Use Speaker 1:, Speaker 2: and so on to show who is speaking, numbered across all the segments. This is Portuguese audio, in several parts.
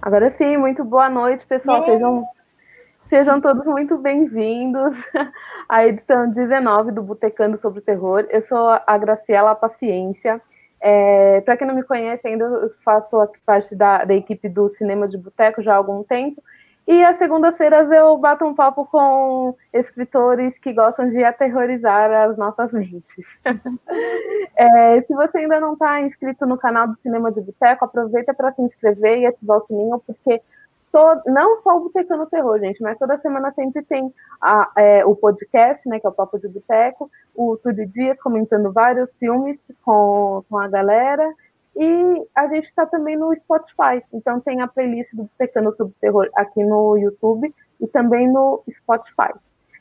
Speaker 1: Agora sim, muito boa noite, pessoal. Sejam todos muito bem-vindos à edição 19 do Botecando sobre o Terror. Eu sou a Graciela Paciência. Para quem não me conhece ainda, eu faço parte da equipe do Cinema de Boteco já há algum tempo. E às segundas-feiras eu bato um papo com escritores que gostam de aterrorizar as nossas mentes. Se você ainda não está inscrito no canal do Cinema de Boteco, aproveita para se inscrever e ativar o sininho, porque não só o Botecando Terror, gente, mas toda semana sempre tem o podcast, né, que é o Papo de Boteco, o Tudo Dias comentando vários filmes com a galera, e a gente está também no Spotify, então tem a playlist do Botecando sobre Terror aqui no YouTube e também no Spotify.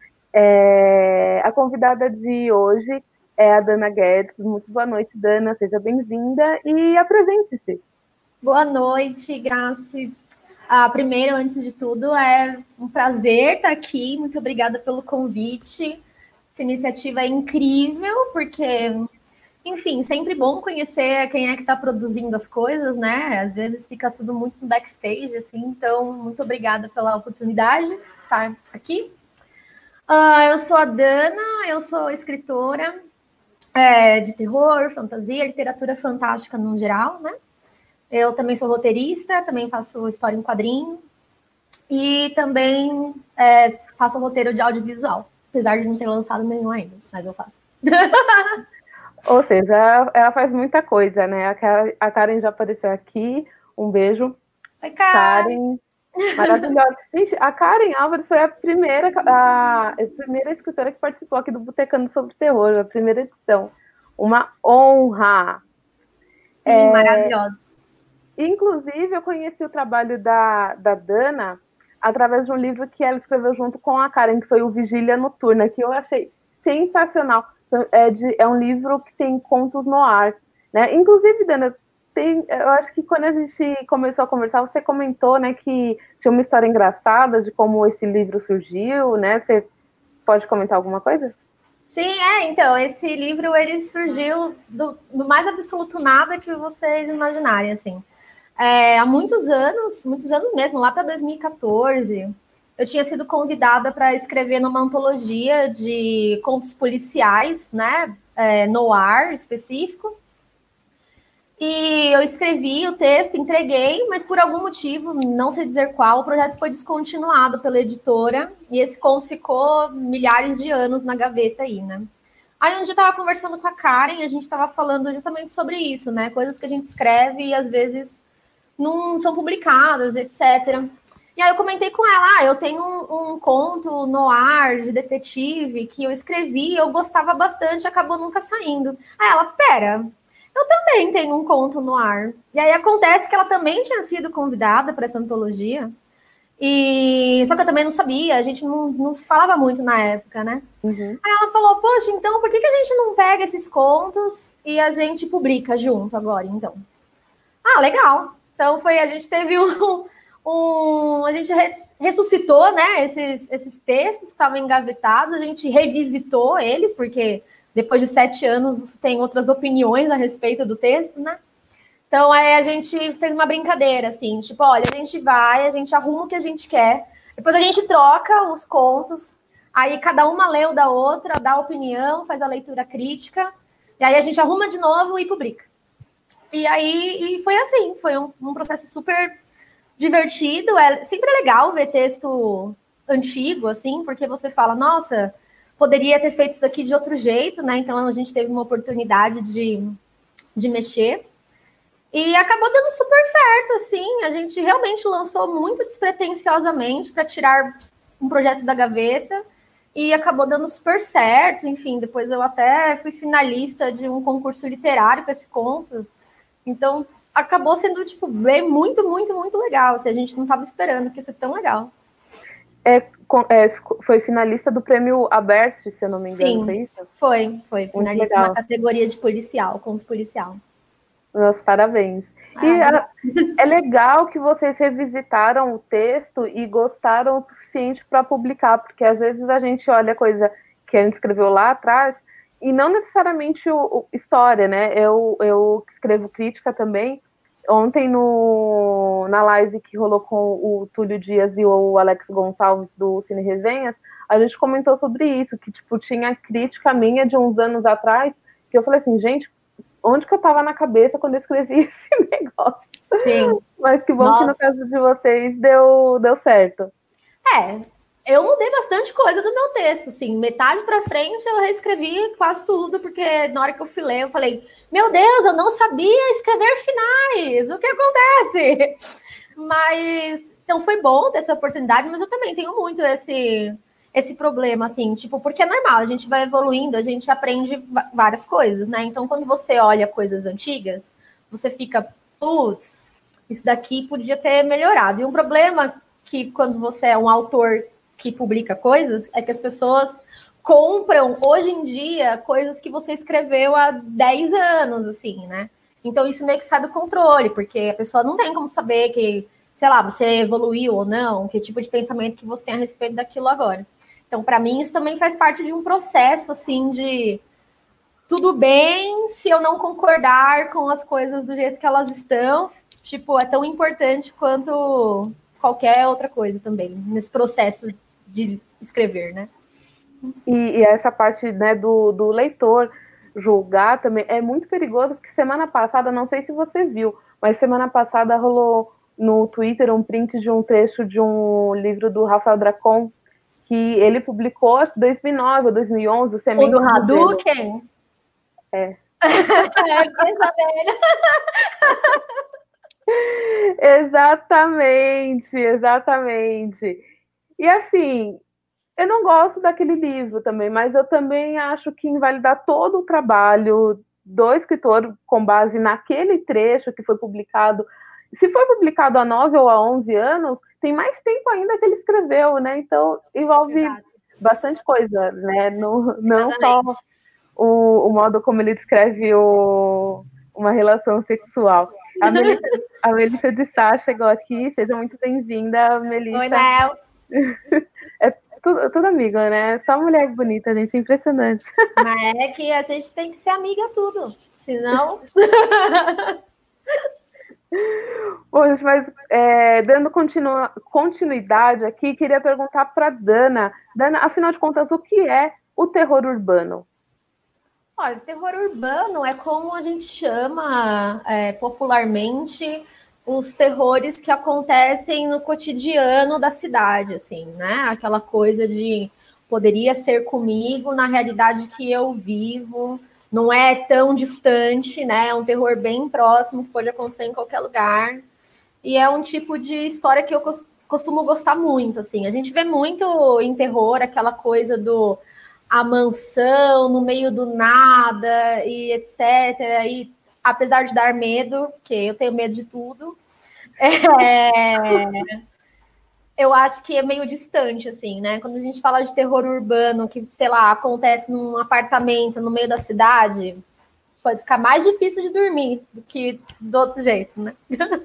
Speaker 1: A convidada de hoje é a Dana Guedes. Muito boa noite, Dana, seja bem-vinda e apresente-se.
Speaker 2: Boa noite, Graci. Primeiro, antes de tudo, é um prazer estar aqui. Muito obrigada pelo convite. Essa iniciativa é incrível, porque, enfim, sempre bom conhecer quem é que está produzindo as coisas, né? Às vezes fica tudo muito no backstage, assim. Então, muito obrigada pela oportunidade de estar aqui. Eu sou a Dana, eu sou escritora de terror, fantasia, literatura fantástica no geral, né? Eu também sou roteirista, também faço história em quadrinho e também faço roteiro de audiovisual, apesar de não ter lançado nenhum ainda, mas eu faço.
Speaker 1: Ou seja, ela faz muita coisa, né? A Karen já apareceu aqui, um beijo.
Speaker 2: Oi, Karen.
Speaker 1: Maravilhosa. Gente, a Karen Álvares foi a primeira escritora que participou aqui do Botecando sobre Terror, a primeira edição. Uma honra.
Speaker 2: Sim, maravilhosa.
Speaker 1: Inclusive, eu conheci o trabalho da Dana através de um livro que ela escreveu junto com a Karen, que foi o Vigília Noturna, que eu achei sensacional. É um livro que tem contos no ar, né? Inclusive, Dana, eu acho que quando a gente começou a conversar, você comentou, né, que tinha uma história engraçada de como esse livro surgiu, né? Você pode comentar alguma coisa?
Speaker 2: Sim, então, esse livro, ele surgiu do mais absoluto nada que vocês imaginarem, assim. Há muitos anos mesmo, lá para 2014, eu tinha sido convidada para escrever numa antologia de contos policiais, né, noir específico. E eu escrevi o texto, entreguei, mas por algum motivo, não sei dizer qual, o projeto foi descontinuado pela editora e esse conto ficou milhares de anos na gaveta aí, né? Aí um dia eu estava conversando com a Karen, a gente estava falando justamente sobre isso, né? Coisas que a gente escreve e às vezes não são publicadas, etc. E aí eu comentei com ela, eu tenho um conto no ar de detetive que eu escrevi, eu gostava bastante, acabou nunca saindo. Aí ela, pera, eu também tenho um conto no ar. E aí acontece que ela também tinha sido convidada para essa antologia, só que eu também não sabia, a gente não se falava muito na época, né?
Speaker 1: Uhum.
Speaker 2: Aí ela falou, poxa, então por que a gente não pega esses contos e a gente publica junto agora, então? Legal. Então a gente teve a gente ressuscitou, né, esses textos que estavam engavetados, a gente revisitou eles, porque depois de 7 anos você tem outras opiniões a respeito do texto, né? Então aí a gente fez uma brincadeira, assim, tipo, olha, a gente arruma o que a gente quer, depois a gente troca os contos, aí cada uma lê o da outra, dá opinião, faz a leitura crítica, e aí a gente arruma de novo e publica. E aí foi assim, foi um processo super divertido. Sempre legal ver texto antigo, assim, porque você fala, nossa, poderia ter feito isso daqui de outro jeito, né? Então a gente teve uma oportunidade de mexer. E acabou dando super certo, assim. A gente realmente lançou muito despretensiosamente para tirar um projeto da gaveta. E acabou dando super certo. Enfim, depois eu até fui finalista de um concurso literário com esse conto. Então, acabou sendo, tipo, muito, muito, muito legal. Assim, a gente não estava esperando que ia ser tão legal.
Speaker 1: Foi finalista do prêmio Aberto, se eu não me engano,
Speaker 2: Sim,
Speaker 1: foi isso?
Speaker 2: Foi finalista na categoria de policial, conto policial.
Speaker 1: Meus parabéns. É legal que vocês revisitaram o texto e gostaram o suficiente para publicar, porque às vezes a gente olha coisa que a gente escreveu lá atrás e não necessariamente história, né? Eu escrevo crítica também. ontem na live que rolou com o Túlio Dias e o Alex Gonçalves do Cine Resenhas, a gente comentou sobre isso, que tipo, tinha crítica minha de uns anos atrás, que eu falei assim, gente, onde que eu tava na cabeça quando eu escrevi esse negócio?
Speaker 2: Sim.
Speaker 1: Mas que bom que no caso de vocês deu certo.
Speaker 2: Eu mudei bastante coisa do meu texto, assim, metade para frente eu reescrevi quase tudo, porque na hora que eu fui ler, eu falei, meu Deus, eu não sabia escrever finais, o que acontece? Mas, então foi bom ter essa oportunidade, mas eu também tenho muito esse problema, assim, tipo, porque é normal, a gente vai evoluindo, a gente aprende várias coisas, né? Então, quando você olha coisas antigas, você fica, putz, isso daqui podia ter melhorado. E um problema que quando você é um autor que publica coisas, é que as pessoas compram, hoje em dia, coisas que você escreveu há 10 anos, assim, né? Então, isso meio que sai do controle, porque a pessoa não tem como saber que, sei lá, você evoluiu ou não, que tipo de pensamento que você tem a respeito daquilo agora. Então, para mim, isso também faz parte de um processo, assim, de tudo bem se eu não concordar com as coisas do jeito que elas estão, tipo, é tão importante quanto qualquer outra coisa também, nesse processo de escrever, né?
Speaker 1: E essa parte, né, do leitor julgar também é muito perigoso, porque semana passada, não sei se você viu, mas semana passada rolou no Twitter um print de um trecho de um livro do Rafael Dracon, que ele publicou, acho que 2009 ou 2011, o Sementes
Speaker 2: do Hadouken?
Speaker 1: É.
Speaker 2: Pensa velha.
Speaker 1: Exatamente. E assim, eu não gosto daquele livro também, mas eu também acho que invalidar todo o trabalho do escritor com base naquele trecho que foi publicado, se foi publicado há 9 ou há 11 anos, tem mais tempo ainda que ele escreveu, né? Então, envolve bastante coisa, né? Não só o modo como ele descreve uma relação sexual. A Melissa de Sá chegou aqui, seja muito bem-vinda, Melissa.
Speaker 2: Oi, Nel.
Speaker 1: É tudo amiga, né? Só mulher bonita, gente, impressionante.
Speaker 2: Mas é que a gente tem que ser amiga tudo, senão...
Speaker 1: Bom, gente, mas dando continuidade aqui, queria perguntar para Dana. Dana, afinal de contas, o que é o terror urbano?
Speaker 2: Olha, terror urbano é como a gente chama popularmente os terrores que acontecem no cotidiano da cidade, assim, né? Aquela coisa de poderia ser comigo na realidade que eu vivo, não é tão distante, né? É um terror bem próximo que pode acontecer em qualquer lugar. E é um tipo de história que eu costumo gostar muito, assim. A gente vê muito em terror aquela coisa do a mansão no meio do nada e etc. E apesar de dar medo, que eu tenho medo de tudo, eu acho que é meio distante, assim, né? Quando a gente fala de terror urbano, que, sei lá, acontece num apartamento no meio da cidade, pode ficar mais difícil de dormir do que do outro jeito, né?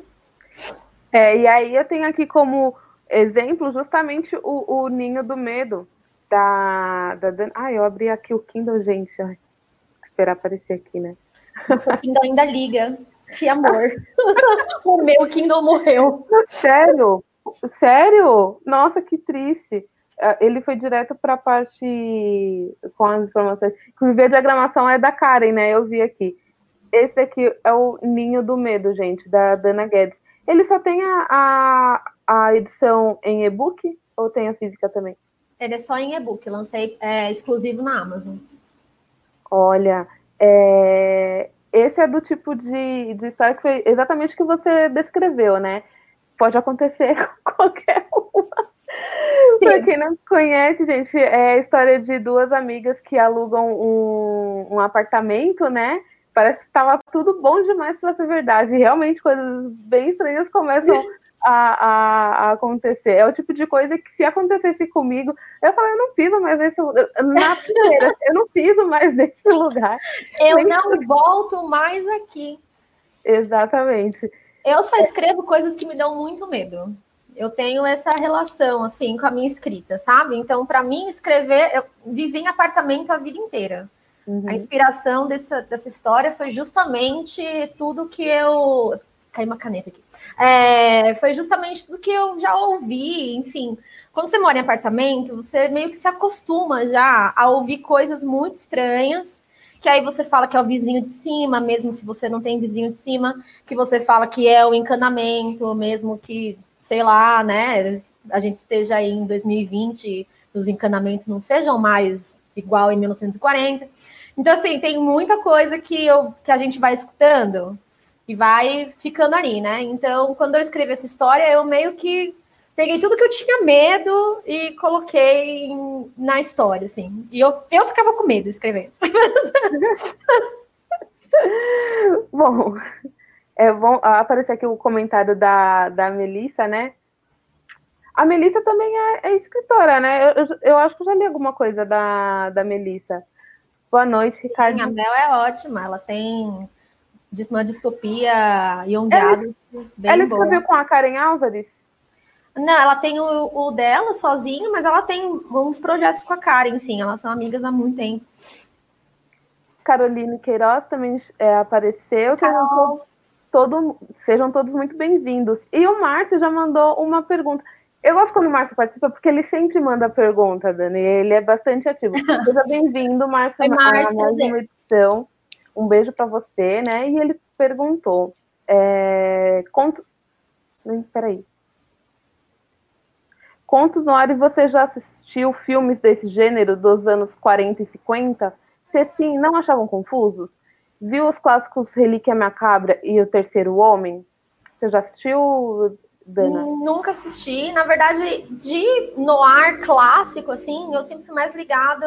Speaker 1: E aí eu tenho aqui como exemplo justamente o Ninho do Medo da Dana. Eu abri aqui o Kindle, gente. Esperar aparecer aqui, né?
Speaker 2: O seu Kindle ainda liga. Que amor. O meu Kindle morreu.
Speaker 1: Sério? Nossa, que triste. Ele foi direto para a parte com as informações. Inclusive, a diagramação é da Karen, né? Eu vi aqui. Esse aqui é o Ninho do Medo, gente, da Dana Guedes. Ele só tem a edição em e-book ou tem a física também?
Speaker 2: Ele é só em e-book, lancei exclusivo na Amazon.
Speaker 1: Olha, esse é do tipo de história que foi exatamente o que você descreveu, né? Pode acontecer com qualquer uma. Para quem não conhece, gente, é a história de duas amigas que alugam um apartamento, né? Parece que estava tudo bom demais para ser verdade. Realmente, coisas bem estranhas começam a acontecer. É o tipo de coisa que, se acontecesse comigo, eu falo, eu não piso mais nesse lugar. Na primeira, eu não piso mais nesse lugar.
Speaker 2: Eu não volto mais aqui.
Speaker 1: Exatamente.
Speaker 2: Eu só escrevo coisas que me dão muito medo. Eu tenho essa relação, assim, com a minha escrita, sabe? Então, para mim, escrever... Eu vivi em apartamento a vida inteira. Uhum. A inspiração dessa história foi justamente tudo que eu caiu uma caneta aqui. Foi justamente do que eu já ouvi, enfim. Quando você mora em apartamento, você meio que se acostuma já a ouvir coisas muito estranhas, que aí você fala que é o vizinho de cima, mesmo se você não tem vizinho de cima, que você fala que é o encanamento, mesmo que, sei lá, né, a gente esteja aí em 2020, os encanamentos não sejam mais igual em 1940. Então, assim, tem muita coisa que a gente vai escutando e vai ficando ali, né? Então, quando eu escrevi essa história, eu meio que peguei tudo que eu tinha medo e coloquei na história, assim. E eu ficava com medo de escrever.
Speaker 1: Bom, é bom aparecer aqui o comentário da Melissa, né? A Melissa também é escritora, né? Eu acho que eu já li alguma coisa da Melissa. Boa noite, Ricardo.
Speaker 2: Sim, a Mel é ótima, ela tem uma distopia young adult bem
Speaker 1: ela
Speaker 2: boa.
Speaker 1: escreveu com a Karen Álvares?
Speaker 2: Não, ela tem o dela sozinha, mas ela tem uns projetos com a Karen, sim. Elas são amigas há muito tempo.
Speaker 1: Caroline Queiroz também apareceu. Sejam todos muito bem-vindos. E o Márcio já mandou uma pergunta. Eu gosto quando o Márcio participa, porque ele sempre manda pergunta, Dani. Ele é bastante ativo. Seja bem-vindo, Márcio,
Speaker 2: Oi, Márcio,
Speaker 1: a mais uma edição. Um beijo para você, né? E ele perguntou... Peraí. Contos no ar, e você já assistiu filmes desse gênero dos anos 40 e 50? Se sim, não achavam confusos? Viu os clássicos Relíquia Macabra e O Terceiro Homem? Você já assistiu, Dana?
Speaker 2: Nunca assisti. Na verdade, de noir clássico, assim, eu sempre fui mais ligado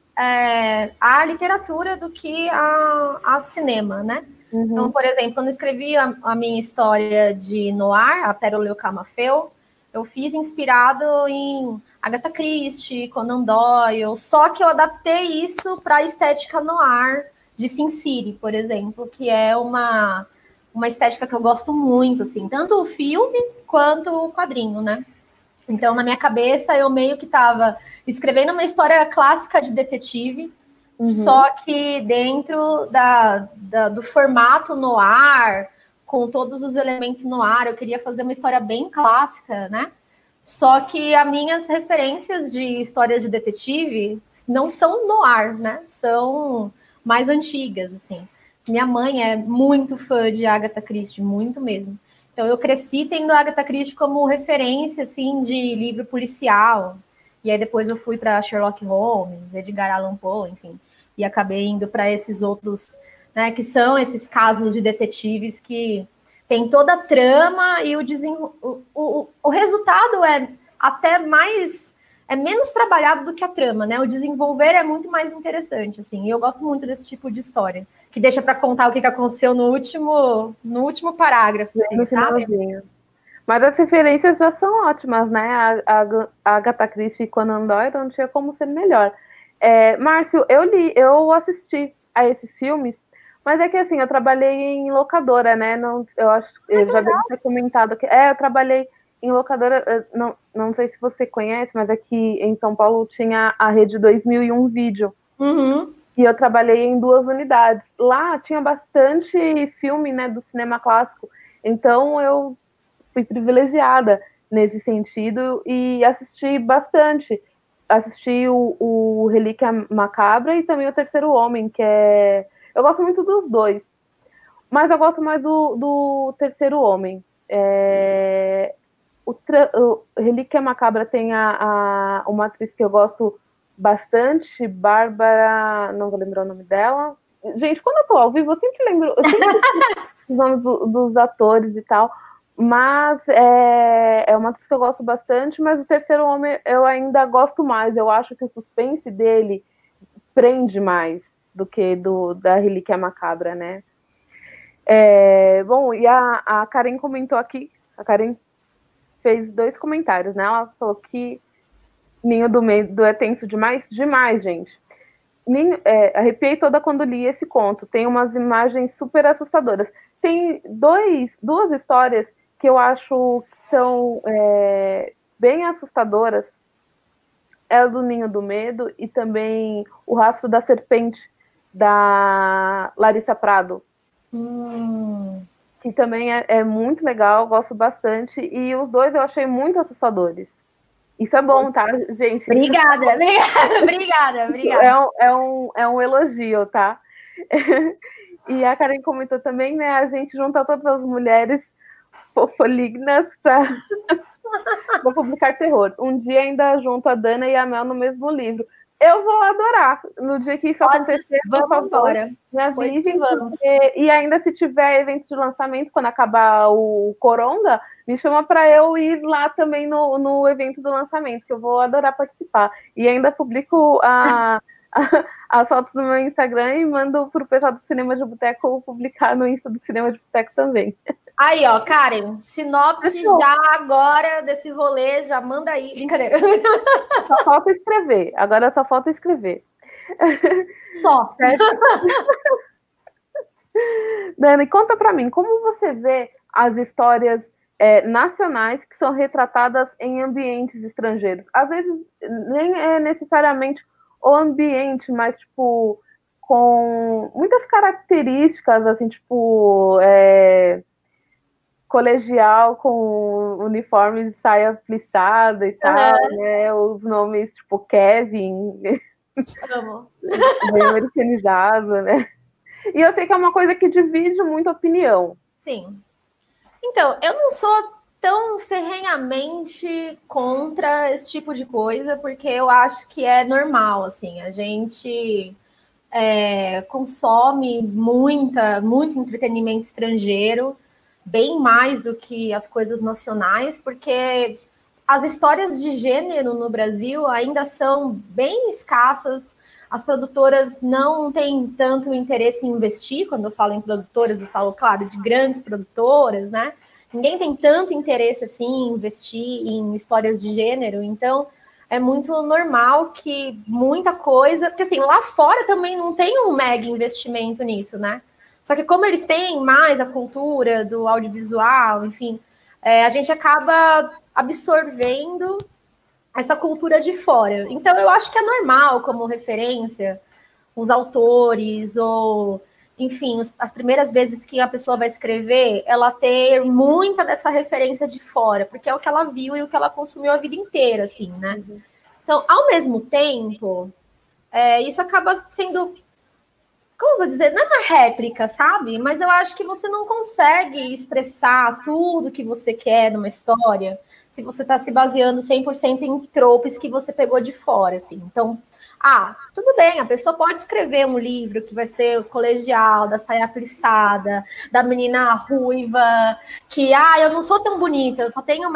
Speaker 2: à literatura do que ao cinema, né? Uhum. Então, por exemplo, quando eu escrevi a minha história de noir, A Pérola e o Camafeu, eu fiz inspirado em Agatha Christie, Conan Doyle, só que eu adaptei isso para a estética noir de Sin City, por exemplo, que é uma estética que eu gosto muito, assim, tanto o filme quanto o quadrinho, né? Então, na minha cabeça, eu meio que estava escrevendo uma história clássica de detetive, só que dentro do formato noir, com todos os elementos noir, eu queria fazer uma história bem clássica, né? Só que as minhas referências de histórias de detetive não são noir, né? São mais antigas, assim. Minha mãe é muito fã de Agatha Christie, muito mesmo. Então, eu cresci tendo a Agatha Christie como referência, assim, de livro policial. E aí, depois eu fui para Sherlock Holmes, Edgar Allan Poe, enfim. E acabei indo para esses outros, né, que são esses casos de detetives que tem toda a trama e o resultado é até mais... é menos trabalhado do que a trama, né? O desenvolver é muito mais interessante, assim. E eu gosto muito desse tipo de história, que deixa para contar o que aconteceu no último parágrafo, assim,
Speaker 1: sabe? Mas as referências já são ótimas, né? A Agatha Christie e Conan Doyle não tinha como ser melhor. Márcio, eu assisti a esses filmes, mas é que assim, eu trabalhei em locadora, né? Não, eu já devo ter comentado que eu trabalhei em locadora, não sei se você conhece, mas aqui em São Paulo tinha a Rede 2001 Vídeo.
Speaker 2: Uhum.
Speaker 1: E eu trabalhei em 2 unidades. Lá tinha bastante filme, né, do cinema clássico. Então eu fui privilegiada nesse sentido e assisti bastante. Assisti o Relíquia Macabra e também O Terceiro Homem, que é... Eu gosto muito dos dois, mas eu gosto mais do Terceiro Homem. O Relíquia Macabra tem uma atriz que eu gosto bastante, Bárbara, não vou lembrar o nome dela. Gente, quando eu tô ao vivo, eu sempre lembro os nomes dos atores e tal, mas é uma atriz que eu gosto bastante, mas O Terceiro Homem eu ainda gosto mais. Eu acho que o suspense dele prende mais do que da Relíquia Macabra, né? Bom, e a Karen comentou aqui, a Karen fez 2 comentários, né? Ela falou que Ninho do Medo é tenso demais? Demais, gente. Arrepiei toda quando li esse conto. Tem umas imagens super assustadoras. Tem 2 histórias que eu acho que são bem assustadoras. É a do Ninho do Medo e também O Rastro da Serpente, da Larissa Prado. que também é muito legal, gosto bastante, e os dois eu achei muito assustadores. Isso é bom, tá, gente?
Speaker 2: Obrigada, obrigada.
Speaker 1: É um elogio, tá? E a Karen comentou também, né? A gente junta todas as mulheres fofolignas para publicar terror. Um dia ainda junto a Dana e a Mel no mesmo livro. Eu vou adorar. No dia que isso acontecer,
Speaker 2: por favor,
Speaker 1: me avisem. E ainda se tiver evento de lançamento, quando acabar o Coronga, me chama para eu ir lá também no evento do lançamento, que eu vou adorar participar. E ainda publico as fotos no meu Instagram e mando para o pessoal do Cinema de Boteco publicar no Insta do Cinema de Boteco também.
Speaker 2: Aí, ó, Karen, sinopse já agora desse rolê, já manda aí. Brincadeira.
Speaker 1: Só falta escrever. Agora só falta escrever.
Speaker 2: Só.
Speaker 1: Dani, conta para mim, como você vê as histórias nacionais que são retratadas em ambientes estrangeiros? Às vezes, nem é necessariamente o ambiente, mas, tipo, com muitas características, assim, tipo... colegial com uniforme de saia plissada e tal, né? Os nomes tipo Kevin, bem americanizado, né? E eu sei que é uma coisa que divide muito a opinião.
Speaker 2: Sim. Então, eu não sou tão ferrenhamente contra esse tipo de coisa, porque eu acho que é normal, assim, a gente consome muito entretenimento estrangeiro, bem mais do que as coisas nacionais, porque as histórias de gênero no Brasil ainda são bem escassas, as produtoras não têm tanto interesse em investir. Quando eu falo em produtoras, eu falo, claro, de grandes produtoras, né? Ninguém tem tanto interesse assim em investir em histórias de gênero, então é muito normal que muita coisa, porque assim, lá fora também não tem um mega investimento nisso, né? Só que como eles têm mais a cultura do audiovisual, enfim, a gente acaba absorvendo essa cultura de fora. Então, eu acho que é normal, como referência, os autores ou, enfim, as primeiras vezes que a pessoa vai escrever, ela ter muita dessa referência de fora, porque é o que ela viu e o que ela consumiu a vida inteira, assim, né? Então, ao mesmo tempo, isso acaba sendo... Como eu vou dizer? Não é uma réplica, sabe? Mas eu acho que você não consegue expressar tudo que você quer numa história se você está se baseando 100% em tropes que você pegou de fora, assim. Então, tudo bem, a pessoa pode escrever um livro que vai ser o colegial, da saia plissada, da menina ruiva, que, eu não sou tão bonita, eu só tenho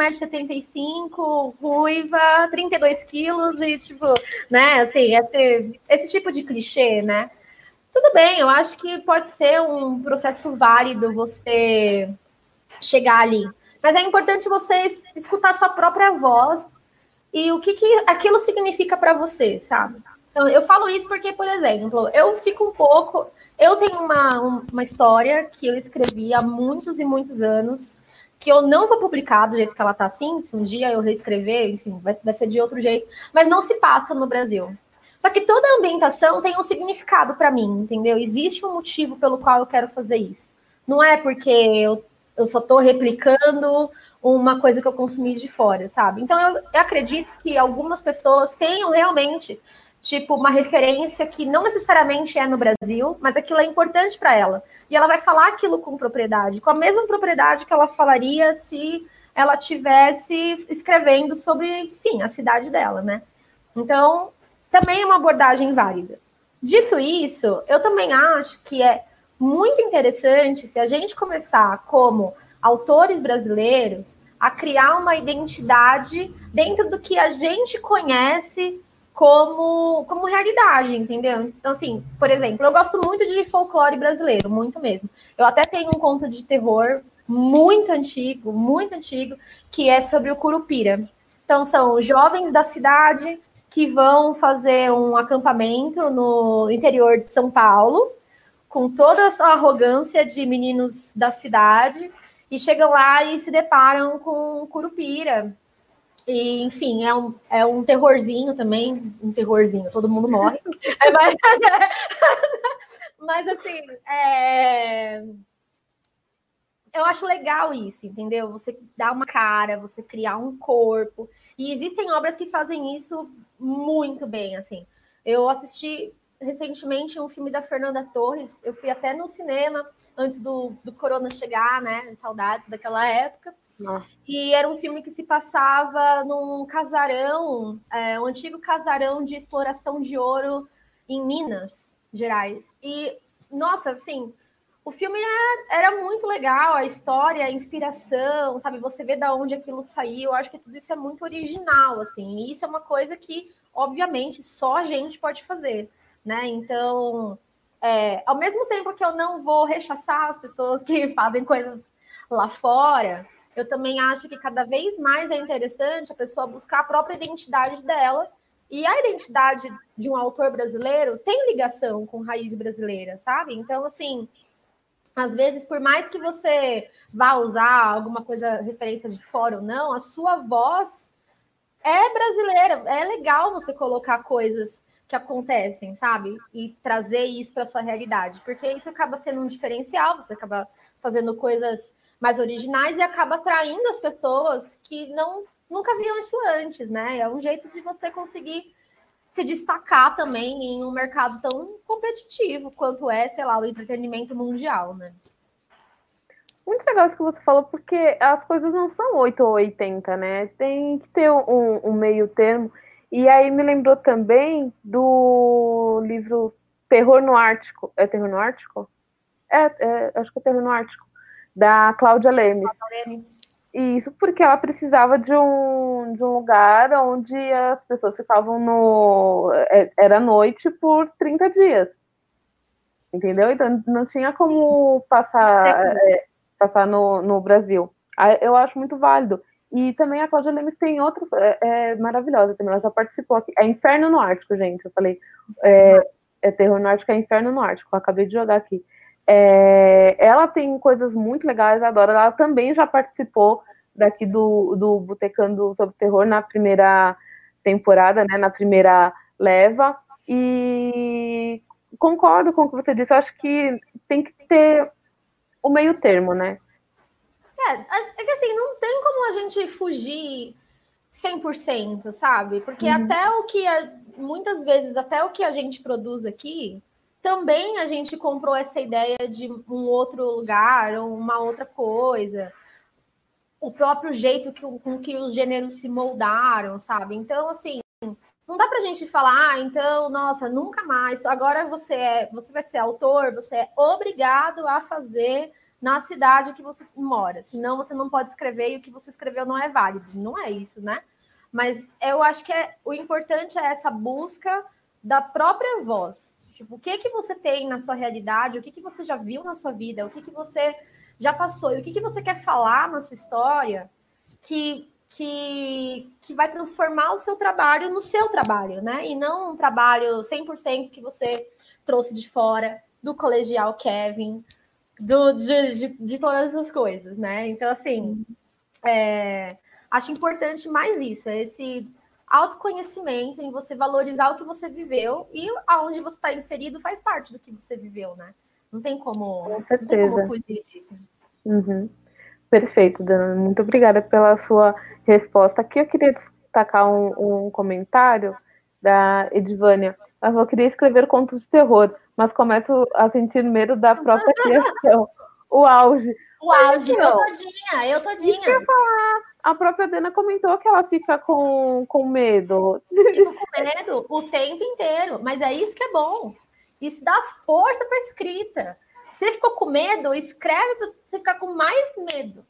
Speaker 2: 1,75 m, ruiva, 32 quilos e, tipo, né, assim, esse tipo de clichê, né? Tudo bem, eu acho que pode ser um processo válido você chegar ali. Mas é importante você escutar sua própria voz e o que aquilo significa para você, sabe? Então, eu falo isso porque, por exemplo, eu fico um pouco... Eu tenho uma história que eu escrevi há muitos e muitos anos, que eu não vou publicar do jeito que ela tá assim, se um dia eu reescrever, assim, vai ser de outro jeito, mas não se passa no Brasil. Só que toda a ambientação tem um significado para mim, entendeu? Existe um motivo pelo qual eu quero fazer isso. Não é porque eu só estou replicando uma coisa que eu consumi de fora, sabe? Então, eu acredito que algumas pessoas tenham realmente, tipo, uma referência que não necessariamente é no Brasil, mas aquilo é importante para ela. E ela vai falar aquilo com propriedade, com a mesma propriedade que ela falaria se ela tivesse escrevendo sobre, enfim, a cidade dela, né? Então, também é uma abordagem válida. Dito isso, eu também acho que é muito interessante se a gente começar, como autores brasileiros, a criar uma identidade dentro do que a gente conhece como realidade, entendeu? Então, assim, por exemplo, eu gosto muito de folclore brasileiro, muito mesmo. Eu até tenho um conto de terror muito antigo, que é sobre o Curupira. Então, são jovens da cidade que vão fazer um acampamento no interior de São Paulo, com toda a sua arrogância de meninos da cidade, e chegam lá e se deparam com Curupira. E, enfim, é um terrorzinho também, todo mundo morre. Mas assim, eu acho legal isso, entendeu? Você dar uma cara, você criar um corpo. E existem obras que fazem isso muito bem, assim. Eu assisti recentemente um filme da Fernanda Torres. Eu fui até no cinema antes do Corona chegar, né? Saudades daquela época.
Speaker 1: Nossa.
Speaker 2: E era um filme que se passava num casarão, um antigo casarão de exploração de ouro em Minas Gerais. E, nossa, assim, o filme era muito legal, a história, a inspiração, sabe? Você vê da onde aquilo saiu. Eu acho que tudo isso é muito original, assim. E isso é uma coisa que, obviamente, só a gente pode fazer, né? Então, ao mesmo tempo que eu não vou rechaçar as pessoas que fazem coisas lá fora, eu também acho que cada vez mais é interessante a pessoa buscar a própria identidade dela. E a identidade de um autor brasileiro tem ligação com raiz brasileira, sabe? Então, assim, às vezes, por mais que você vá usar alguma coisa, referência de fora ou não, a sua voz é brasileira. É legal você colocar coisas que acontecem, sabe? E trazer isso para sua realidade, porque isso acaba sendo um diferencial, você acaba fazendo coisas mais originais e acaba atraindo as pessoas que nunca viram isso antes, né? É um jeito de você conseguir se destacar também em um mercado tão competitivo quanto é, sei lá, o entretenimento mundial, né?
Speaker 1: Muito legal isso que você falou, porque as coisas não são 8 ou 80, né? Tem que ter um meio termo. E aí me lembrou também do livro Terror no Ártico. É Terror no Ártico? Acho que é Terror no Ártico, da Cláudia Lemes. E isso porque ela precisava de um lugar onde as pessoas ficavam era noite por 30 dias. Entendeu? Então não tinha como passar no Brasil. Eu acho muito válido. E também a Cláudia Lemes tem outros, maravilhosa também, ela já participou aqui. É Inferno no Ártico, gente, eu falei. Terror no Ártico, é Inferno no Ártico, eu acabei de jogar aqui. Ela tem coisas muito legais, adoro. Ela também já participou daqui do Botecando sobre Terror na primeira temporada, né, na primeira leva. E concordo com o que você disse, eu acho que tem que ter o meio termo, né?
Speaker 2: É que assim, não tem como a gente fugir 100%, sabe? Porque até o que, muitas vezes, até o que a gente produz aqui, também a gente comprou essa ideia de um outro lugar, ou uma outra coisa. O próprio jeito com que os gêneros se moldaram, sabe? Então, assim, não dá pra gente falar, então, nossa, nunca mais. Agora você vai ser autor, você é obrigado a fazer na cidade que você mora. Senão você não pode escrever e o que você escreveu não é válido. Não é isso, né? Mas eu acho que o importante é essa busca da própria voz. Tipo, o que você tem na sua realidade, o que você já viu na sua vida, o que você já passou e o que você quer falar na sua história que vai transformar o seu trabalho no seu trabalho, né? E não um trabalho 100% que você trouxe de fora, do colegial Kevin, de todas essas coisas, né? Então, assim, acho importante mais isso, esse autoconhecimento, em você valorizar o que você viveu e aonde você está inserido faz parte do que você viveu, né? Não tem como fugir disso.
Speaker 1: Uhum. Perfeito, Dana. Muito obrigada pela sua resposta. Aqui eu queria destacar um comentário da Edvânia. Ela falou que queria escrever contos de terror, mas começo a sentir medo da própria criação. O auge.
Speaker 2: O auge. Eu todinha.
Speaker 1: Isso que eu ia falar. A própria Dana comentou que ela fica com medo.
Speaker 2: Fico com medo o tempo inteiro, mas é isso que é bom. Isso dá força para a escrita. Você ficou com medo, escreve para você ficar com mais medo.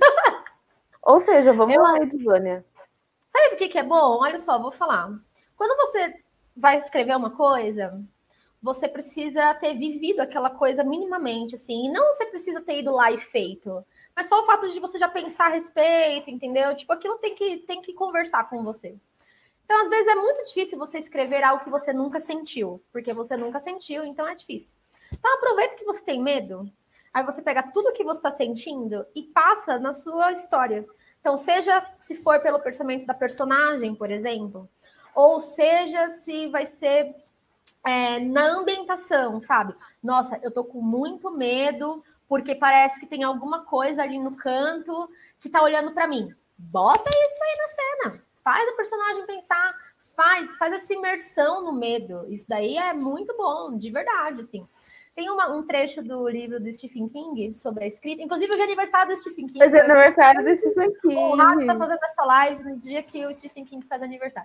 Speaker 1: Ou seja, vamos lá, Edvânia.
Speaker 2: Sabe o que é bom? Olha só, vou falar. Quando você vai escrever uma coisa, você precisa ter vivido aquela coisa minimamente, assim. E não você precisa ter ido lá e feito. Mas só o fato de você já pensar a respeito, entendeu? Tipo, aquilo tem que conversar com você. Então, às vezes, é muito difícil você escrever algo que você nunca sentiu. Porque você nunca sentiu, então é difícil. Então, aproveita que você tem medo. Aí você pega tudo que você está sentindo e passa na sua história. Então, seja se for pelo pensamento da personagem, por exemplo, ou seja se vai ser na ambientação, sabe? Nossa, eu tô com muito medo porque parece que tem alguma coisa ali no canto que tá olhando para mim. Bota isso aí na cena, faz o personagem pensar, faz essa imersão no medo. Isso daí é muito bom, de verdade, assim. Tem um trecho do livro do Stephen King sobre a escrita, inclusive hoje é aniversário do Stephen King.
Speaker 1: Hoje é aniversário do Stephen King.
Speaker 2: O Rato está fazendo essa live no dia que o Stephen King faz aniversário.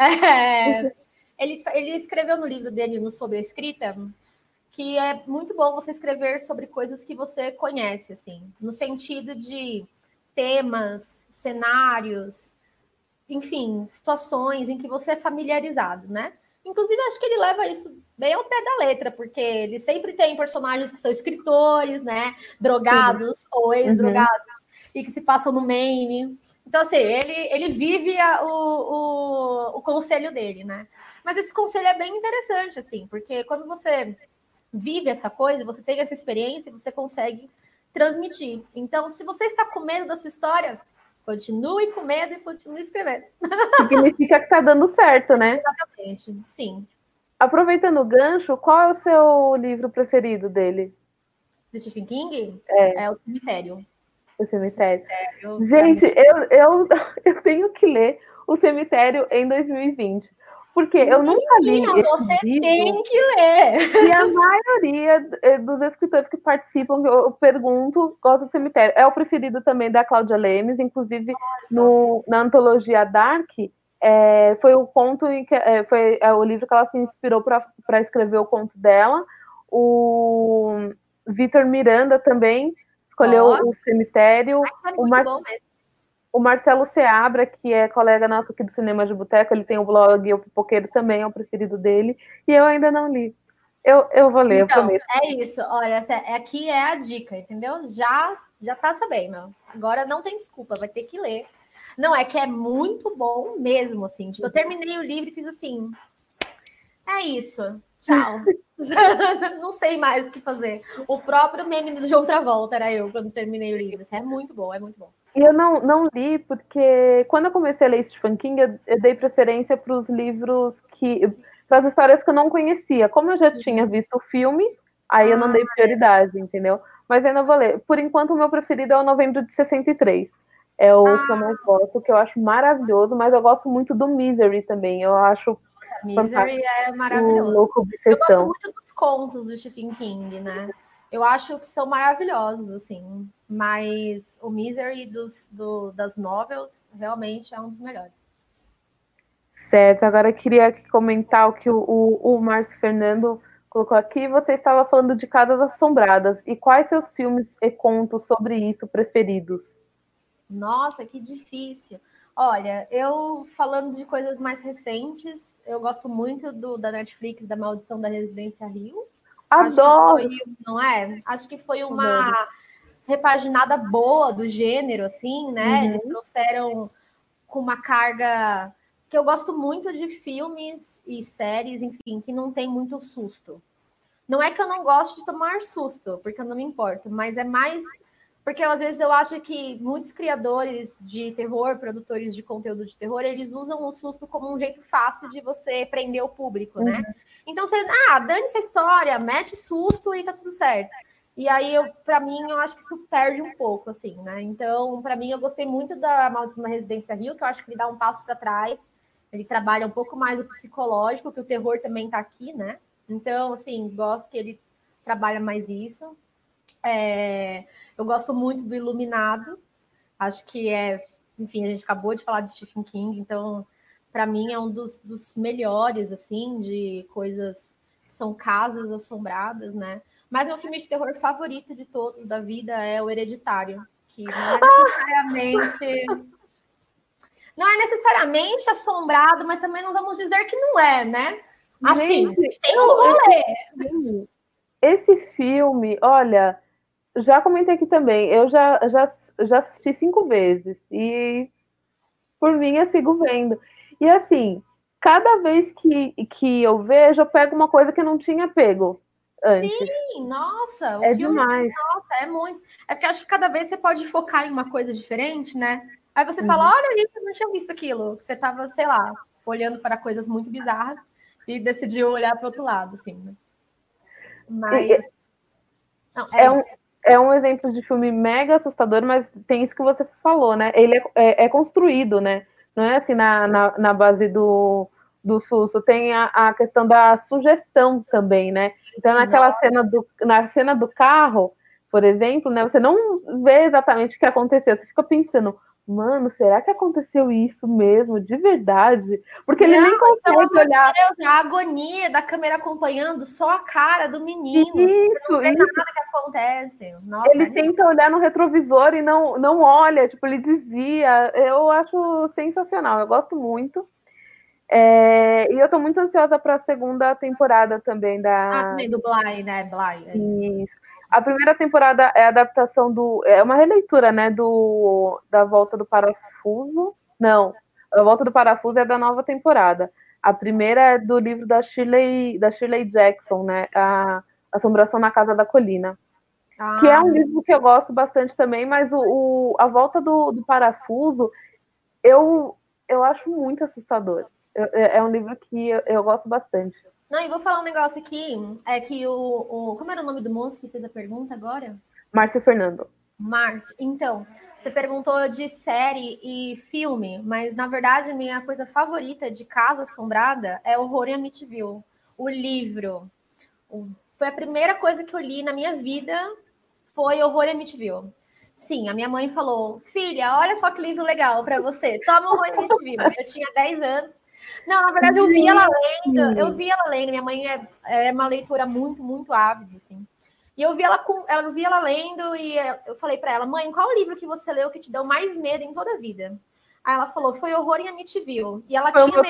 Speaker 2: Ele escreveu no livro dele sobre a escrita que é muito bom você escrever sobre coisas que você conhece, assim, no sentido de temas, cenários, enfim, situações em que você é familiarizado, né? Inclusive, acho que ele leva isso bem ao pé da letra, porque ele sempre tem personagens que são escritores, né? Drogados ou ex-drogados, e que se passam no Maine. Então, assim, ele vive o conselho dele, né? Mas esse conselho é bem interessante, assim, porque quando você vive essa coisa, você tem essa experiência, você consegue transmitir. Então, se você está com medo da sua história, continue com medo e continue escrevendo.
Speaker 1: Significa que está dando certo, né?
Speaker 2: Exatamente, sim.
Speaker 1: Aproveitando o gancho, qual é o seu livro preferido dele?
Speaker 2: Do Stephen King?
Speaker 1: É
Speaker 2: O Cemitério.
Speaker 1: O Cemitério.
Speaker 2: Cemitério.
Speaker 1: Gente, eu tenho que ler O Cemitério em 2020. Porque eu nunca li
Speaker 2: você
Speaker 1: esse livro,
Speaker 2: tem que ler.
Speaker 1: E a maioria dos escritores que participam, eu pergunto, gosta do Cemitério. É o preferido também da Cláudia Lemes, inclusive na antologia Dark, foi o conto em que foi o livro que ela se inspirou para escrever o conto dela. O Vitor Miranda também escolheu o Cemitério. O Marcelo Seabra, que é colega nosso aqui do Cinema de Boteco, ele tem o blog O Pipoqueiro também, é o preferido dele, e eu ainda não li. Eu vou ler,
Speaker 2: então,
Speaker 1: eu prometo.
Speaker 2: É isso, olha, aqui é a dica, entendeu? Já tá sabendo. Agora não tem desculpa, vai ter que ler. Não, é que é muito bom mesmo, assim. Tipo, eu terminei o livro e fiz assim, é isso, tchau. Não sei mais o que fazer. O próprio meme do João Travolta era eu quando terminei o livro. Assim, é muito bom, é muito bom.
Speaker 1: E eu não li porque quando eu comecei a ler Stephen King, eu dei preferência para os livros para as histórias que eu não conhecia. Como eu já tinha visto o filme, aí eu não dei prioridade, entendeu? Mas ainda vou ler. Por enquanto, o meu preferido é o Novembro de 63. É o que eu mais gosto, que eu acho maravilhoso, mas eu gosto muito do Misery também. Eu acho
Speaker 2: Misery é maravilhoso.
Speaker 1: Louco Obsessão.
Speaker 2: Eu gosto muito dos contos do Stephen King, né? Eu acho que são maravilhosos, assim. Mas o Misery das novels realmente é um dos melhores.
Speaker 1: Certo. Agora eu queria comentar o que o Márcio Fernando colocou aqui. Você estava falando de Casas Assombradas. E quais seus filmes e contos sobre isso preferidos?
Speaker 2: Nossa, que difícil. Olha, eu falando de coisas mais recentes, eu gosto muito da Netflix, da Maldição da Residência Rio.
Speaker 1: Adoro!
Speaker 2: Não é? Acho que foi uma repaginada boa do gênero, assim, né? Eles trouxeram com uma carga que eu gosto muito de filmes e séries, enfim, que não tem muito susto. Não é que eu não gosto de tomar susto, porque eu não me importo, mas é mais porque às vezes eu acho que muitos criadores de terror, produtores de conteúdo de terror, eles usam o susto como um jeito fácil de você prender o público, né? Então você, dane-se a história, mete susto e tá tudo certo. E aí, para mim, eu acho que isso perde um pouco, assim, né? Então, para mim, eu gostei muito da Maldição da Residência Rio, que eu acho que ele dá um passo para trás. Ele trabalha um pouco mais o psicológico, que o terror também tá aqui, né? Então, assim, gosto que ele trabalha mais isso. Eu gosto muito do Iluminado. Acho que enfim, a gente acabou de falar de Stephen King, então, para mim, é um dos melhores, assim, de coisas que são casas assombradas, né? Mas meu filme de terror favorito de todos da vida é O Hereditário, que não é necessariamente assombrado, mas também não vamos dizer que não é, né? Assim, gente, tem um rolê.
Speaker 1: Esse filme, olha, já comentei aqui também, eu já assisti 5 vezes e por mim eu sigo vendo. E assim, cada vez que eu vejo, eu pego uma coisa que eu não tinha pego antes.
Speaker 2: Sim, nossa, o filme
Speaker 1: demais.
Speaker 2: Nossa, é muito. É porque acho que cada vez você pode focar em uma coisa diferente, né? Aí você fala, olha ali, eu não tinha visto aquilo. Você estava, sei lá, olhando para coisas muito bizarras e decidiu olhar para o outro lado, assim, né? Mas.
Speaker 1: é um exemplo de filme mega assustador, mas tem isso que você falou, né? Ele é construído, né? Não é assim na base do susto. Tem a questão da sugestão também, né? Então, na cena do carro, por exemplo, né? Você não vê exatamente o que aconteceu. Você fica pensando, mano, será que aconteceu isso mesmo, de verdade? Porque ele
Speaker 2: Não,
Speaker 1: nem
Speaker 2: pelo
Speaker 1: consegue
Speaker 2: amor
Speaker 1: olhar.
Speaker 2: de Deus, a agonia da câmera acompanhando só a cara do menino. Você não
Speaker 1: Isso,
Speaker 2: vê
Speaker 1: isso.
Speaker 2: nada que acontece. Nossa,
Speaker 1: Ele
Speaker 2: animal.
Speaker 1: tenta olhar no retrovisor e não olha, tipo, ele desvia. Eu acho sensacional, eu gosto muito. E eu tô muito ansiosa para a segunda temporada também
Speaker 2: Ah,
Speaker 1: da.
Speaker 2: também do Bly, né? Bly, é isso.
Speaker 1: Isso. A primeira temporada é a adaptação do. É uma releitura, né? Da Volta do Parafuso. Não, a Volta do Parafuso é da nova temporada. A primeira é do livro da Shirley Jackson, né? A Assombração na Casa da Colina. Que é
Speaker 2: Ah,
Speaker 1: um
Speaker 2: sim.
Speaker 1: livro que eu gosto bastante também, mas a volta do parafuso eu acho muito assustador. É um livro que eu gosto bastante.
Speaker 2: Não, e vou falar um negócio aqui, é que como era o nome do moço que fez a pergunta agora?
Speaker 1: Márcio Fernando.
Speaker 2: Márcio. Então, você perguntou de série e filme, mas na verdade minha coisa favorita de Casa Assombrada é Horror em Amityville. O livro. Foi a primeira coisa que eu li na minha vida, foi Horror em Amityville. Sim, a minha mãe falou, filha, olha só que livro legal para você. Toma Horror em Amityville. Eu tinha 10 anos. Não, na verdade eu vi ela lendo, Minha mãe é uma leitora muito, muito ávida, assim. E eu vi ela lendo e eu falei para ela, mãe, qual o livro que você leu que te deu mais medo em toda a vida? Aí ela falou, foi Horror em Amityville. E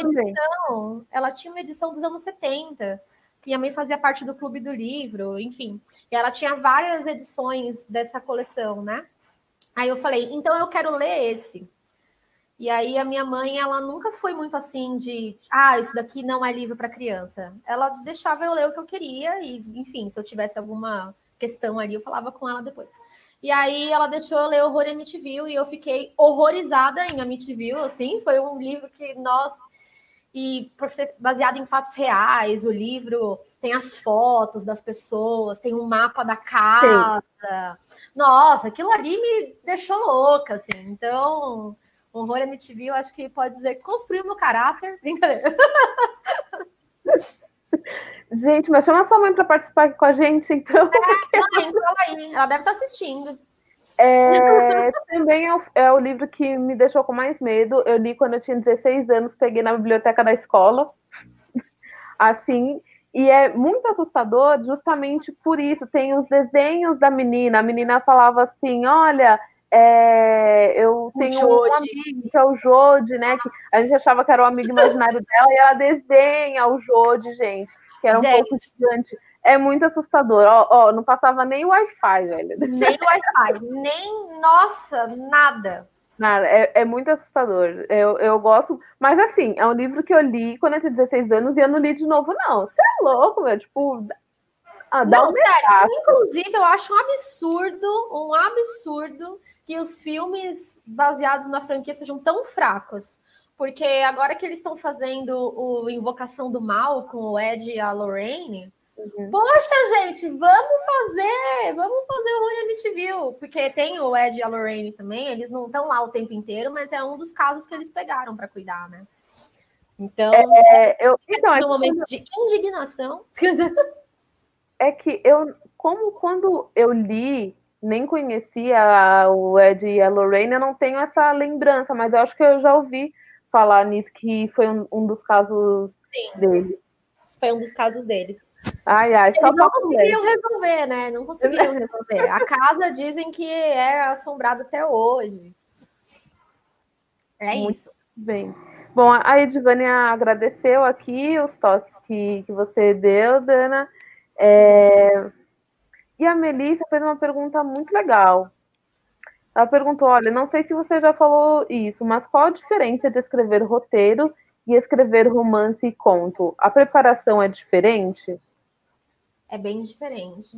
Speaker 2: ela tinha uma edição dos anos 70. Minha mãe fazia parte do clube do livro, enfim. E ela tinha várias edições dessa coleção, né? Aí eu falei, então eu quero ler esse. E aí a minha mãe, ela nunca foi muito assim de, isso daqui não é livro para criança. Ela deixava eu ler o que eu queria e, enfim, se eu tivesse alguma questão ali, eu falava com ela depois. E aí ela deixou eu ler Horror em Amityville e eu fiquei horrorizada em Amityville, assim, foi um livro que e por ser baseado em fatos reais, o livro tem as fotos das pessoas, tem um mapa da casa. Sim. Nossa, aquilo ali me deixou louca, assim. Então, o Horror Amityville, eu acho que pode dizer que construiu meu caráter. Brincadeira.
Speaker 1: Gente, mas chama sua mãe para participar aqui com a gente, então.
Speaker 2: Mãe, fala aí. Ela deve estar assistindo.
Speaker 1: Também é o livro que me deixou com mais medo. Eu li quando eu tinha 16 anos, peguei na biblioteca da escola. Assim, e é muito assustador justamente por isso. Tem os desenhos da menina. A menina falava assim: olha, eu tenho um amigo que é o Jode, né? Que a gente achava que era o amigo imaginário dela, e ela desenha o Jode, gente, que era um pouco distante. É muito assustador. Não passava nem Wi-Fi, velho.
Speaker 2: Nem Wi-Fi, nem, nossa, nada.
Speaker 1: Nada, é muito assustador. Eu gosto, mas assim, é um livro que eu li quando eu tinha 16 anos e eu não li de novo, não. Você é louco, meu? Tipo,
Speaker 2: não, sério. Inclusive, eu acho um absurdo que os filmes baseados na franquia sejam tão fracos. Porque agora que eles estão fazendo o Invocação do Mal com o Ed e a Lorraine, poxa, gente, vamos fazer o Horror em Amityville, porque tem o Ed e a Lorraine também, eles não estão lá o tempo inteiro, mas é um dos casos que eles pegaram para cuidar, né? Então, no momento de indignação.
Speaker 1: É que quando eu li, nem conhecia o Ed e a Lorraine, eu não tenho essa lembrança, mas eu acho que eu já ouvi falar nisso, que foi um dos casos dele.
Speaker 2: Foi um dos casos deles.
Speaker 1: Ai, só
Speaker 2: eles não conseguiram resolver, né? Não conseguiram resolver. A casa dizem que é assombrada até hoje. É muito isso.
Speaker 1: Bem. Bom, a Edivânia agradeceu aqui os toques que você deu, Dana. E a Melissa fez uma pergunta muito legal. Ela perguntou: olha, não sei se você já falou isso, mas qual a diferença de escrever roteiro e escrever romance e conto? A preparação é diferente?
Speaker 2: É bem diferente.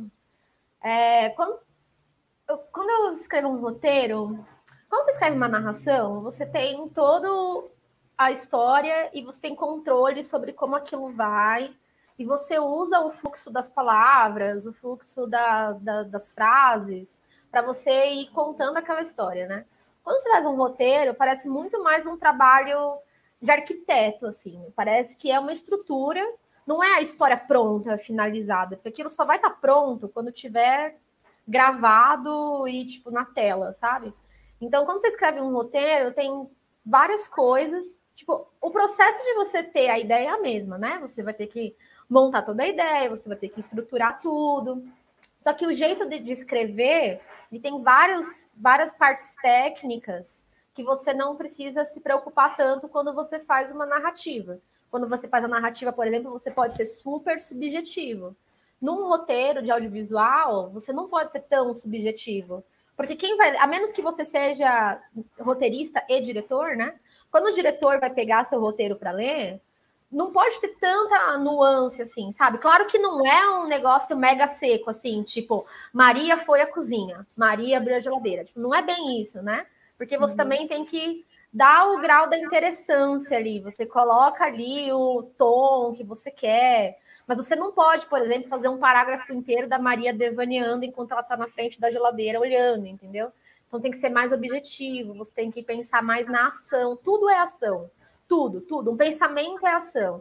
Speaker 2: Quando eu escrevo um roteiro, quando você escreve uma narração, você tem toda a história e você tem controle sobre como aquilo vai. e você usa o fluxo das palavras, o fluxo das frases, para você ir contando aquela história, né? Quando você faz um roteiro, parece muito mais um trabalho de arquiteto, assim. Parece que é uma estrutura, não é a história pronta, finalizada, porque aquilo só vai estar pronto quando tiver gravado e, tipo, na tela, sabe? Então, quando você escreve um roteiro, tem várias coisas. Tipo, o processo de você ter a ideia é a mesma, né? Você vai ter que montar toda a ideia, você vai ter que estruturar tudo. Só que o jeito de escrever, ele tem várias partes técnicas que você não precisa se preocupar tanto quando você faz uma narrativa. Quando você faz a narrativa, por exemplo, você pode ser super subjetivo. Num roteiro de audiovisual, você não pode ser tão subjetivo. Porque quem vai, a menos que você seja roteirista e diretor, né? Quando o diretor vai pegar seu roteiro para ler, não pode ter tanta nuance assim, sabe? Claro que não é um negócio mega seco, assim, tipo, Maria foi à cozinha, Maria abriu a geladeira. Tipo, não é bem isso, né? Porque você também tem que dar o grau da interessância ali. Você coloca ali o tom que você quer. Mas você não pode, por exemplo, fazer um parágrafo inteiro da Maria devaneando enquanto ela está na frente da geladeira olhando, entendeu? Então tem que ser mais objetivo, você tem que pensar mais na ação. Tudo é ação. Tudo. Um pensamento é ação.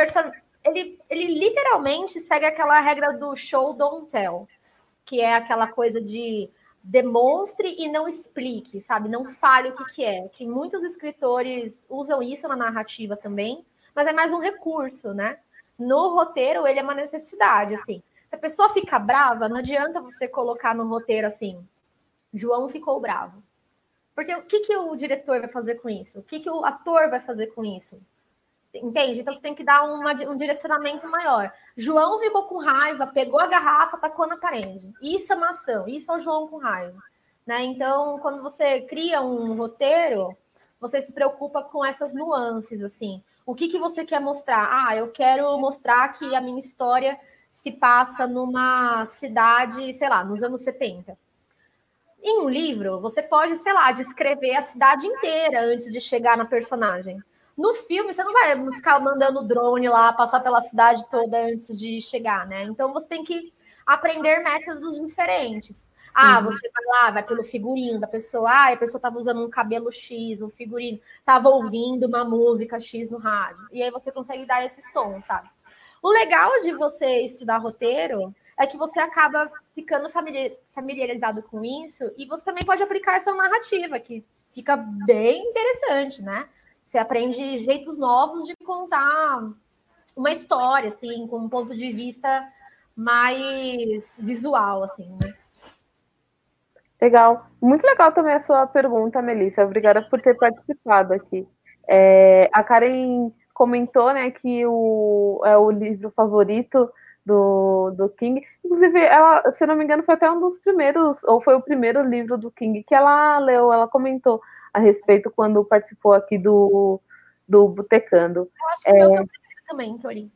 Speaker 2: Ele literalmente segue aquela regra do show, don't tell, que é aquela coisa de demonstre e não explique, sabe? Não fale o que é. Que muitos escritores usam isso na narrativa também, mas é mais um recurso, né? No roteiro, ele é uma necessidade, assim. Se a pessoa fica brava, não adianta você colocar no roteiro assim, João ficou bravo. Porque o que o diretor vai fazer com isso? O que o ator vai fazer com isso? Entende? Então você tem que dar um direcionamento maior. João ficou com raiva, pegou a garrafa, tacou na parede. Isso é uma ação, isso é o João com raiva. Né? Então, quando você cria um roteiro, você se preocupa com essas nuances, assim. O que você quer mostrar? Ah, eu quero mostrar que a minha história se passa numa cidade, sei lá, nos anos 70. Em um livro, você pode, sei lá, descrever a cidade inteira antes de chegar na personagem. No filme, você não vai ficar mandando drone lá, passar pela cidade toda antes de chegar, né? Então, você tem que aprender métodos diferentes. Ah, você vai lá, vai pelo figurino da pessoa. Ah, a pessoa estava usando um cabelo X, um figurino. Estava ouvindo uma música X no rádio. E aí você consegue dar esses tons, sabe? O legal de você estudar roteiro é que você acaba ficando familiarizado com isso e você também pode aplicar essa narrativa, que fica bem interessante, né? Você aprende jeitos novos de contar uma história, assim, com um ponto de vista mais visual, assim, né?
Speaker 1: Legal. Muito legal também a sua pergunta, Melissa. Obrigada por ter participado aqui. A Karen comentou, né, que é o livro favorito do King. Inclusive, ela, se não me engano, foi até um dos primeiros, ou foi o primeiro livro do King que ela leu. Ela comentou a respeito quando participou aqui do Botecando.
Speaker 2: Eu acho que o meu foi o primeiro também, que eu li.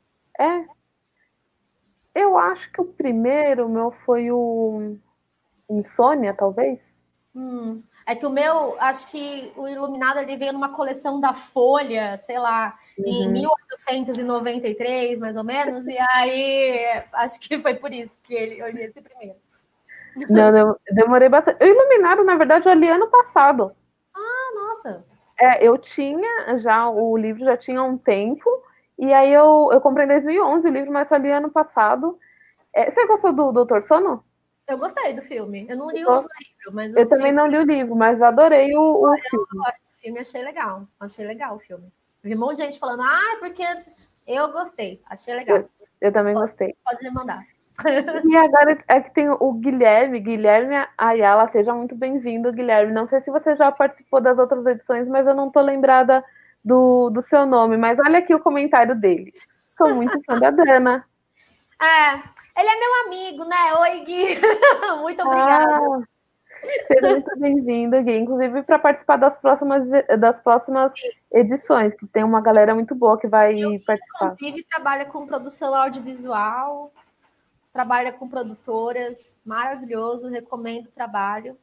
Speaker 1: Eu acho que o primeiro meu foi o Insônia, talvez?
Speaker 2: É que o meu, acho que o Iluminado ele veio numa coleção da Folha, sei lá, em 1893, mais ou menos, e aí acho que foi por isso que eu li esse primeiro.
Speaker 1: Não, eu demorei bastante. O Iluminado, na verdade, eu li ano passado.
Speaker 2: Ah, nossa!
Speaker 1: Eu tinha já, o livro já tinha um tempo, e aí eu comprei em 2011 o livro, mas só li ano passado. Você gostou do Doutor Sono?
Speaker 2: Eu gostei do filme. Eu não li o livro, mas
Speaker 1: eu também não li o livro, mas adorei o filme.
Speaker 2: Eu acho que o filme achei legal. Achei legal o filme. Vi um monte de gente falando, porque eu gostei. Achei legal.
Speaker 1: Eu também gostei.
Speaker 2: Pode me mandar.
Speaker 1: E agora é que tem o Guilherme Ayala. Seja muito bem-vindo, Guilherme. Não sei se você já participou das outras edições, mas eu não estou lembrada do seu nome. Mas olha aqui o comentário dele. Sou muito fã da Dana.
Speaker 2: Ele é meu amigo, né? Oi, Gui. Muito obrigada.
Speaker 1: Seja muito bem-vindo, Gui. Inclusive para participar das próximas edições, que tem uma galera muito boa que vai participar.
Speaker 2: Inclusive, trabalha com produção audiovisual, trabalha com produtoras, maravilhoso, recomendo o trabalho.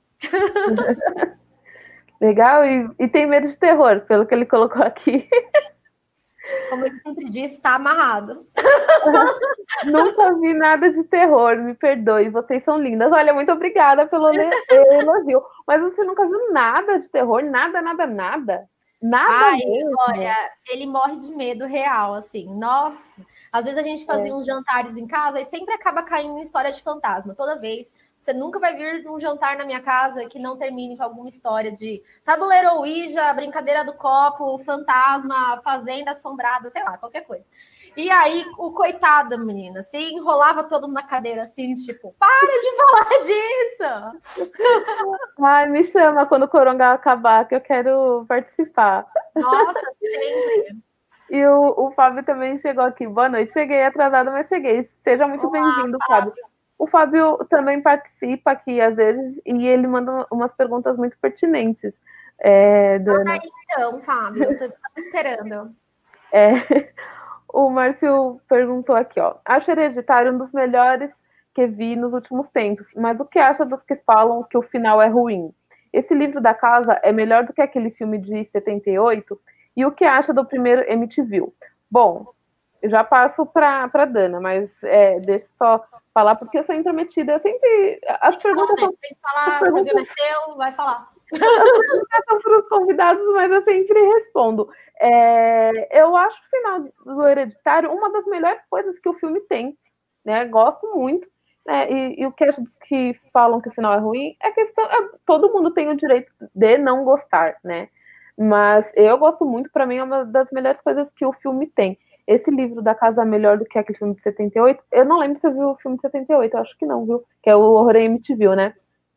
Speaker 1: Legal, e tem medo de terror, pelo que ele colocou aqui.
Speaker 2: Como ele sempre disse, está amarrado.
Speaker 1: Nunca vi nada de terror, me perdoe, vocês são lindas. Olha, muito obrigada pelo elogio. Mas você nunca viu nada de terror? Nada, nada, nada? Nada
Speaker 2: Ai,
Speaker 1: mesmo?
Speaker 2: olha, ele morre de medo real, assim. Nossa, às vezes a gente fazia uns jantares em casa e sempre acaba caindo em história de fantasma. Toda vez. Você nunca vai vir um jantar na minha casa que não termine com alguma história de tabuleiro Ouija, brincadeira do copo, fantasma, fazenda assombrada, sei lá, qualquer coisa. E aí, o coitado, menina, se enrolava todo na cadeira assim, tipo, para de falar disso!
Speaker 1: Ai, me chama quando o Coronga acabar, que eu quero participar.
Speaker 2: Nossa, sempre.
Speaker 1: E o Fábio também chegou aqui. Boa noite. Cheguei atrasada, mas cheguei. Seja muito bem-vindo, Fábio. O Fábio também participa aqui às vezes e ele manda umas perguntas muito pertinentes. Dana.
Speaker 2: Então, Fábio, eu tô esperando.
Speaker 1: O Márcio perguntou aqui, ó. Acho Hereditário um dos melhores que vi nos últimos tempos, mas o que acha dos que falam que o final é ruim? Esse livro da casa é melhor do que aquele filme de 78? E o que acha do primeiro MTV? Bom, eu já passo para Dana, mas deixa eu só falar, porque eu sou intrometida. Eu sempre. As perguntas são.
Speaker 2: Tem que falar, o programa é seu, vai falar.
Speaker 1: São para os convidados, mas eu sempre respondo. Eu acho o final do Hereditário uma das melhores coisas que o filme tem. Né? Gosto muito. E o que acho dos que falam que o final é ruim é questão. Todo mundo tem o direito de não gostar, né? Mas eu gosto muito, para mim, é uma das melhores coisas que o filme tem. Esse livro da casa é melhor do que aquele filme de 78. Eu não lembro se eu vi o filme de 78, eu acho que não, viu? Que é o Horror em MTV, né?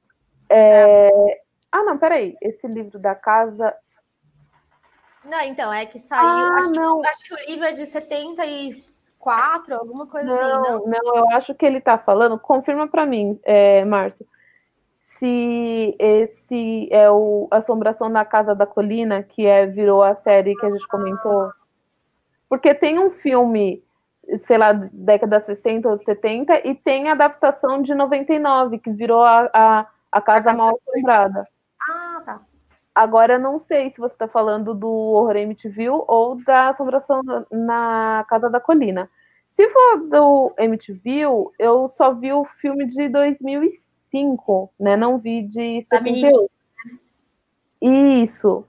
Speaker 1: Ah, não, peraí. Esse livro da casa.
Speaker 2: Não, então, é que saiu. Acho que o livro é de 74, alguma coisa assim.
Speaker 1: Não, eu acho que ele tá falando. Confirma para mim, Márcio. Se esse é o Assombração na Casa da Colina, que virou a série que a gente comentou. Porque tem um filme, sei lá, década 60 ou 70, e tem a adaptação de 99, que virou a Casa Mal Assombrada.
Speaker 2: Ah, tá.
Speaker 1: Agora, eu não sei se você está falando do Horror MTV ou da Assombração na Casa da Colina. Se for do MTV, eu só vi o filme de 2005, né? Não vi de 78. Isso.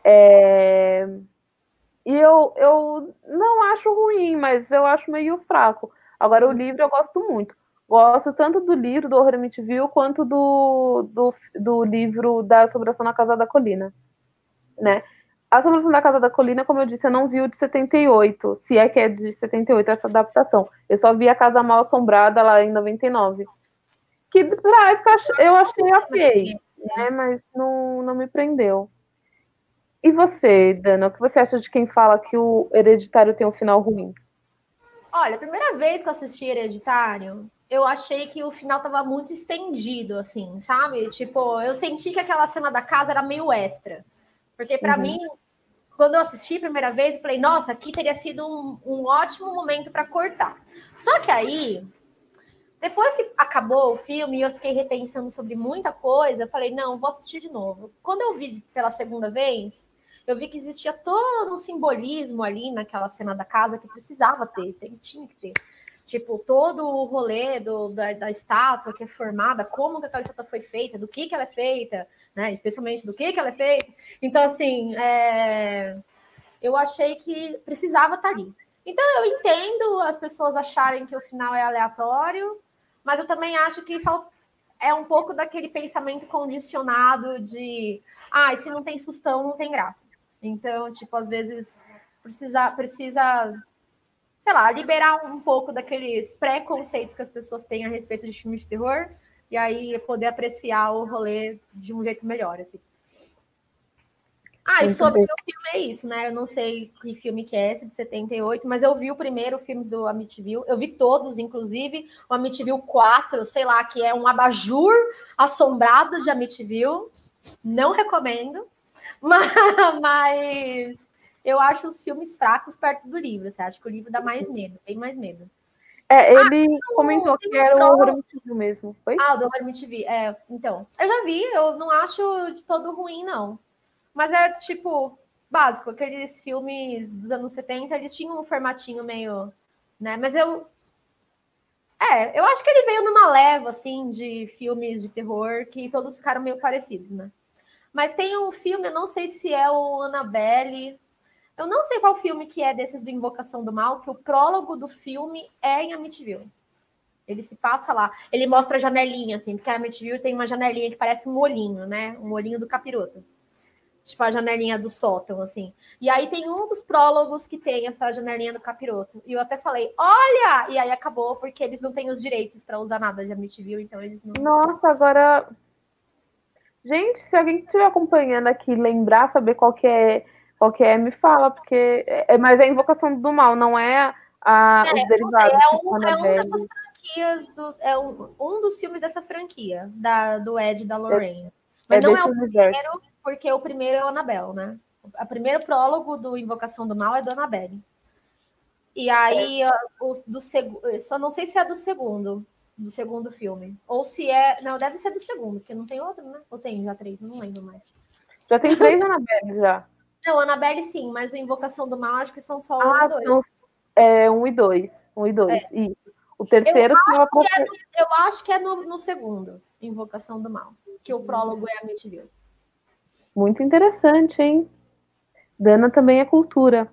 Speaker 1: E eu não acho ruim, mas eu acho meio fraco. Agora, o livro eu gosto muito. Gosto tanto do livro do Horror MTV quanto do livro da Assombração na Casa da Colina. Né? A Assombração da Casa da Colina, como eu disse, eu não vi o de 78, se é que é de 78 essa adaptação. Eu só vi a Casa Mal Assombrada lá em 99. Que pra época eu achei ok, né? Mas não me prendeu. E você, Dana, o que você acha de quem fala que o Hereditário tem um final ruim?
Speaker 2: Olha, a primeira vez que eu assisti Hereditário, eu achei que o final tava muito estendido, assim, sabe? Tipo, eu senti que aquela cena da casa era meio extra. Porque para mim, quando eu assisti a primeira vez, eu falei, nossa, aqui teria sido um ótimo momento para cortar. Só que aí, depois que acabou o filme e eu fiquei repensando sobre muita coisa, eu falei, não, vou assistir de novo. Quando eu vi pela segunda vez, eu vi que existia todo um simbolismo ali naquela cena da casa que precisava ter, tinha que ter. Tipo, todo o rolê da estátua que é formada, como que aquela estátua foi feita, do que ela é feita, né? Especialmente do que ela é feita. Então, assim, eu achei que precisava estar ali. Então, eu entendo as pessoas acharem que o final é aleatório, mas eu também acho que é um pouco daquele pensamento condicionado de se não tem sustão, não tem graça. Então, tipo, às vezes precisa, sei lá, liberar um pouco daqueles preconceitos que as pessoas têm a respeito de filmes de terror e aí poder apreciar o rolê de um jeito melhor, assim. E sobre o filme é isso, né? Eu não sei que filme que é esse, de 78, mas eu vi o primeiro filme do Amityville, eu vi todos, inclusive o Amityville 4, sei lá, que é um abajur assombrado de Amityville, não recomendo, mas eu acho os filmes fracos perto do livro, você acha que o livro dá mais medo, bem mais medo.
Speaker 1: Ele comentou que era o Horror MTV mesmo, foi?
Speaker 2: O do Horror MTV, então, eu já vi, eu não acho de todo ruim, não. Mas é, tipo, básico. Aqueles filmes dos anos 70, eles tinham um formatinho meio né? Mas eu acho que ele veio numa leva, assim, de filmes de terror que todos ficaram meio parecidos, né? Mas tem um filme, eu não sei se é o Annabelle, eu não sei qual filme que é desses do Invocação do Mal, que o prólogo do filme é em Amityville. Ele se passa lá. Ele mostra a janelinha, assim, porque a Amityville tem uma janelinha que parece um olhinho, né? Um olhinho do capiroto. Tipo a janelinha do sótão, assim. E aí tem um dos prólogos que tem essa janelinha do capiroto. E eu até falei, olha! E aí acabou, porque eles não têm os direitos para usar nada de Amityville, então eles não...
Speaker 1: Nossa, agora... Gente, se alguém estiver acompanhando aqui, lembrar, saber qual que é, me fala, porque... mas é a Invocação do Mal, não é os derivados, tipo
Speaker 2: um dessas franquias, um dos filmes dessa franquia, do Ed e da Lorraine. Mas não é o primeiro, porque o primeiro é o Annabelle, né? O primeiro prólogo do Invocação do Mal é do Annabelle. E aí, só não sei se é do segundo filme. Ou se é... Não, deve ser do segundo, porque não tem outro, né? Ou tem já 3, não lembro mais.
Speaker 1: Já tem 3 Annabelle, já.
Speaker 2: Não, Annabelle sim, mas o Invocação do Mal acho que são só 1 e 2.
Speaker 1: Então, 1 e 2. 1 e 2, isso. O terceiro...
Speaker 2: Eu acho que é no segundo, Invocação do Mal, que o prólogo é a Amityville.
Speaker 1: Muito interessante, hein? Dana também é cultura.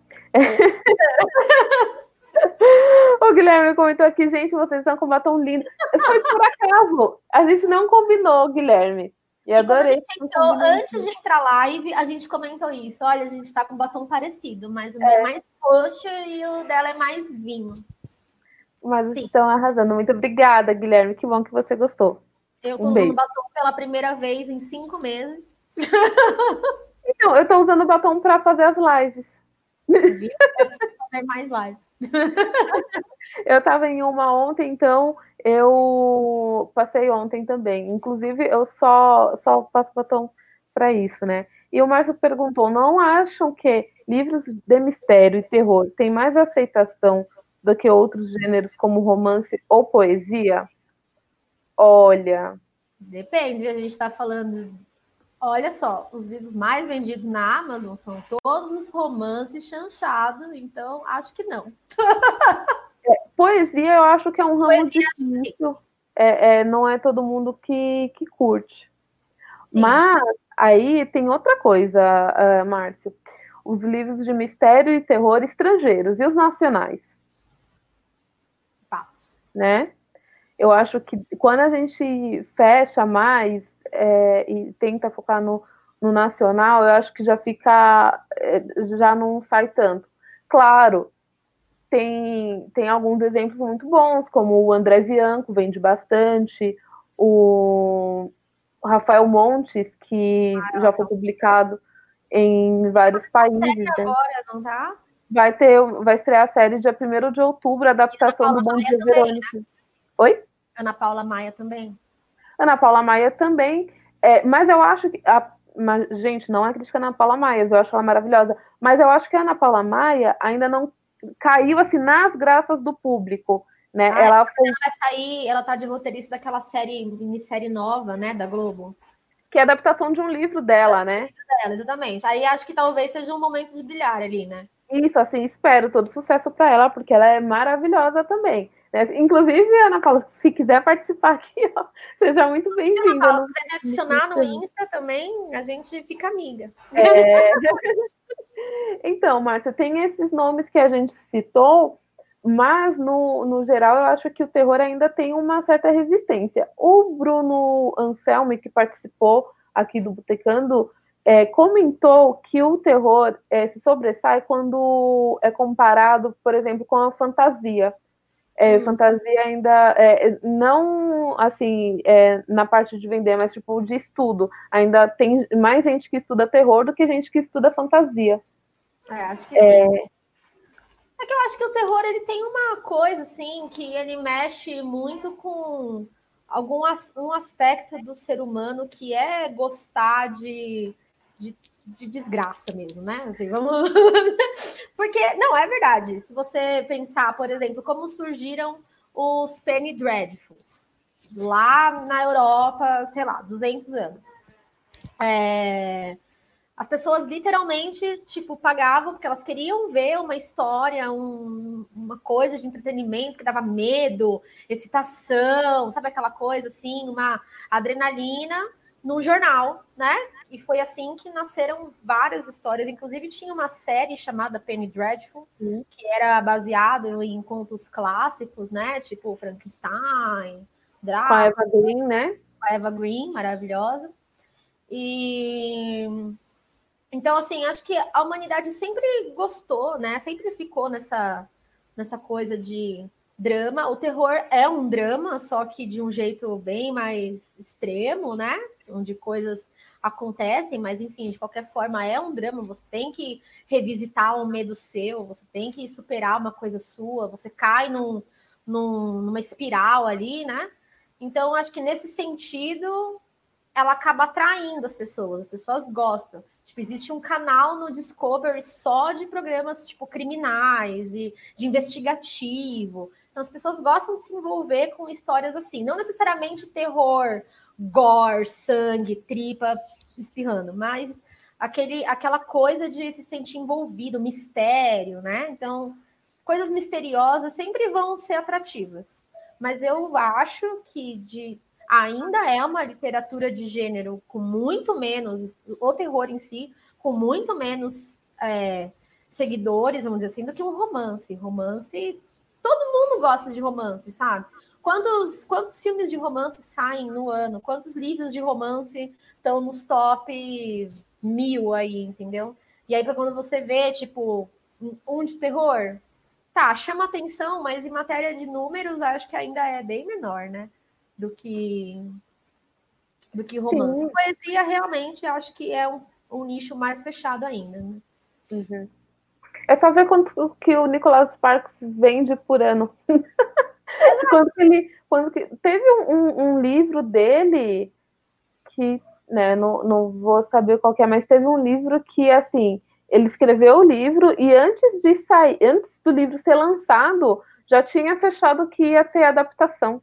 Speaker 1: O Guilherme comentou aqui, gente, vocês estão com batom lindo. Foi por acaso. A gente não combinou, Guilherme. E adorei.
Speaker 2: Antes de entrar live, a gente comentou isso. Olha, a gente tá com batom parecido, mas o meu é mais roxo e o dela é mais vinho.
Speaker 1: Mas estão arrasando. Muito obrigada, Guilherme. Que bom que você gostou.
Speaker 2: Eu tô usando batom pela primeira vez em 5 meses.
Speaker 1: Então, eu tô usando batom para fazer as lives.
Speaker 2: Eu preciso fazer mais lives.
Speaker 1: Eu tava em uma ontem, então eu passei ontem também. Inclusive, eu só passo batom para isso, né? E o Márcio perguntou: não acham que livros de mistério e terror têm mais aceitação do que outros gêneros como romance ou poesia? Olha...
Speaker 2: Depende, a gente está falando... Olha só, os livros mais vendidos na Amazon são todos os romances chanchados, então acho que não.
Speaker 1: Poesia eu acho que é um ramo difícil. Não é todo mundo que curte. Sim. Mas aí tem outra coisa, Márcio. Os livros de mistério e terror estrangeiros e os nacionais.
Speaker 2: Fatos.
Speaker 1: Né? Eu acho que quando a gente fecha mais e tenta focar no nacional, eu acho que já fica... já não sai tanto. Claro, tem alguns exemplos muito bons, como o André Bianco, vende bastante, o Rafael Montes, que já foi publicado em vários países.
Speaker 2: Série agora, não tá?
Speaker 1: Vai estrear a série dia 1º de outubro, a adaptação do Bom Dia Verônica. Né? Oi?
Speaker 2: Ana Paula Maia também.
Speaker 1: Ana Paula Maia também. Mas eu acho que... gente, não é crítica a Ana Paula Maia, eu acho ela maravilhosa. Mas eu acho que a Ana Paula Maia ainda não caiu assim nas graças do público, né?
Speaker 2: Ela vai sair, ela tá de roteirista daquela minissérie nova, né, da Globo.
Speaker 1: Que é a adaptação de um livro dela, né?
Speaker 2: Dela, exatamente. Aí acho que talvez seja um momento de brilhar ali, né?
Speaker 1: Isso, assim, espero todo sucesso para ela, porque ela é maravilhosa também. Né? Inclusive, Ana Paula, se quiser participar aqui, ó, seja muito bem-vinda.
Speaker 2: Ana Paula, se quiser me adicionar no Insta também, a gente fica amiga.
Speaker 1: Então, Márcia, tem esses nomes que a gente citou, mas no geral eu acho que o terror ainda tem uma certa resistência. O Bruno Anselmi, que participou aqui do Botecando, comentou que o terror se sobressai quando é comparado, por exemplo, com a fantasia. Fantasia ainda não assim na parte de vender, mas tipo de estudo. Ainda tem mais gente que estuda terror do que gente que estuda fantasia.
Speaker 2: Acho que sim. É que eu acho que o terror ele tem uma coisa assim que ele mexe muito com um aspecto do ser humano que é gostar de desgraça mesmo, né? Assim, vamos... Porque, não, é verdade. Se você pensar, por exemplo, como surgiram os Penny Dreadfuls lá na Europa, sei lá, 200 anos. As pessoas literalmente, tipo, pagavam porque elas queriam ver uma história, uma coisa de entretenimento que dava medo, excitação, sabe aquela coisa assim, uma adrenalina num jornal, né? E foi assim que nasceram várias histórias. Inclusive tinha uma série chamada Penny Dreadful, que era baseado em contos clássicos, né? Tipo Frankenstein,
Speaker 1: Com a
Speaker 2: Drácula,
Speaker 1: Eva Green, né?
Speaker 2: a Eva Green, maravilhosa. E então, assim, acho que a humanidade sempre gostou, né? Sempre ficou nessa coisa de drama. O terror é um drama, só que de um jeito bem mais extremo, né? Onde coisas acontecem, mas enfim, de qualquer forma é um drama. Você tem que revisitar um medo seu, você tem que superar uma coisa sua, você cai numa espiral ali, né? Então, acho que nesse sentido ela acaba atraindo as pessoas gostam. Tipo, existe um canal no Discovery só de programas tipo criminais e de investigativo. Então as pessoas gostam de se envolver com histórias assim, não necessariamente terror, gore, sangue, tripa espirrando, mas aquela coisa de se sentir envolvido, mistério, né? Então, coisas misteriosas sempre vão ser atrativas. Mas eu acho que ainda é uma literatura de gênero com muito menos, o terror em si, com muito menos seguidores, vamos dizer assim, do que um romance. Romance, todo mundo gosta de romance, sabe? Quantos filmes de romance saem no ano? Quantos livros de romance estão nos top 1000 aí, entendeu? E aí, para quando você vê, tipo, um de terror, tá, chama atenção, mas em matéria de números, acho que ainda é bem menor, né? Do que romance.
Speaker 1: Sim.
Speaker 2: Poesia, realmente, acho que é um nicho mais fechado ainda. Né?
Speaker 1: Uhum. É só ver quanto que o Nicholas Sparks vende por ano. Teve um livro dele que, né, não vou saber qual que é, mas teve um livro que, assim, ele escreveu o livro e antes de sair, antes do livro ser lançado, já tinha fechado que ia ter adaptação.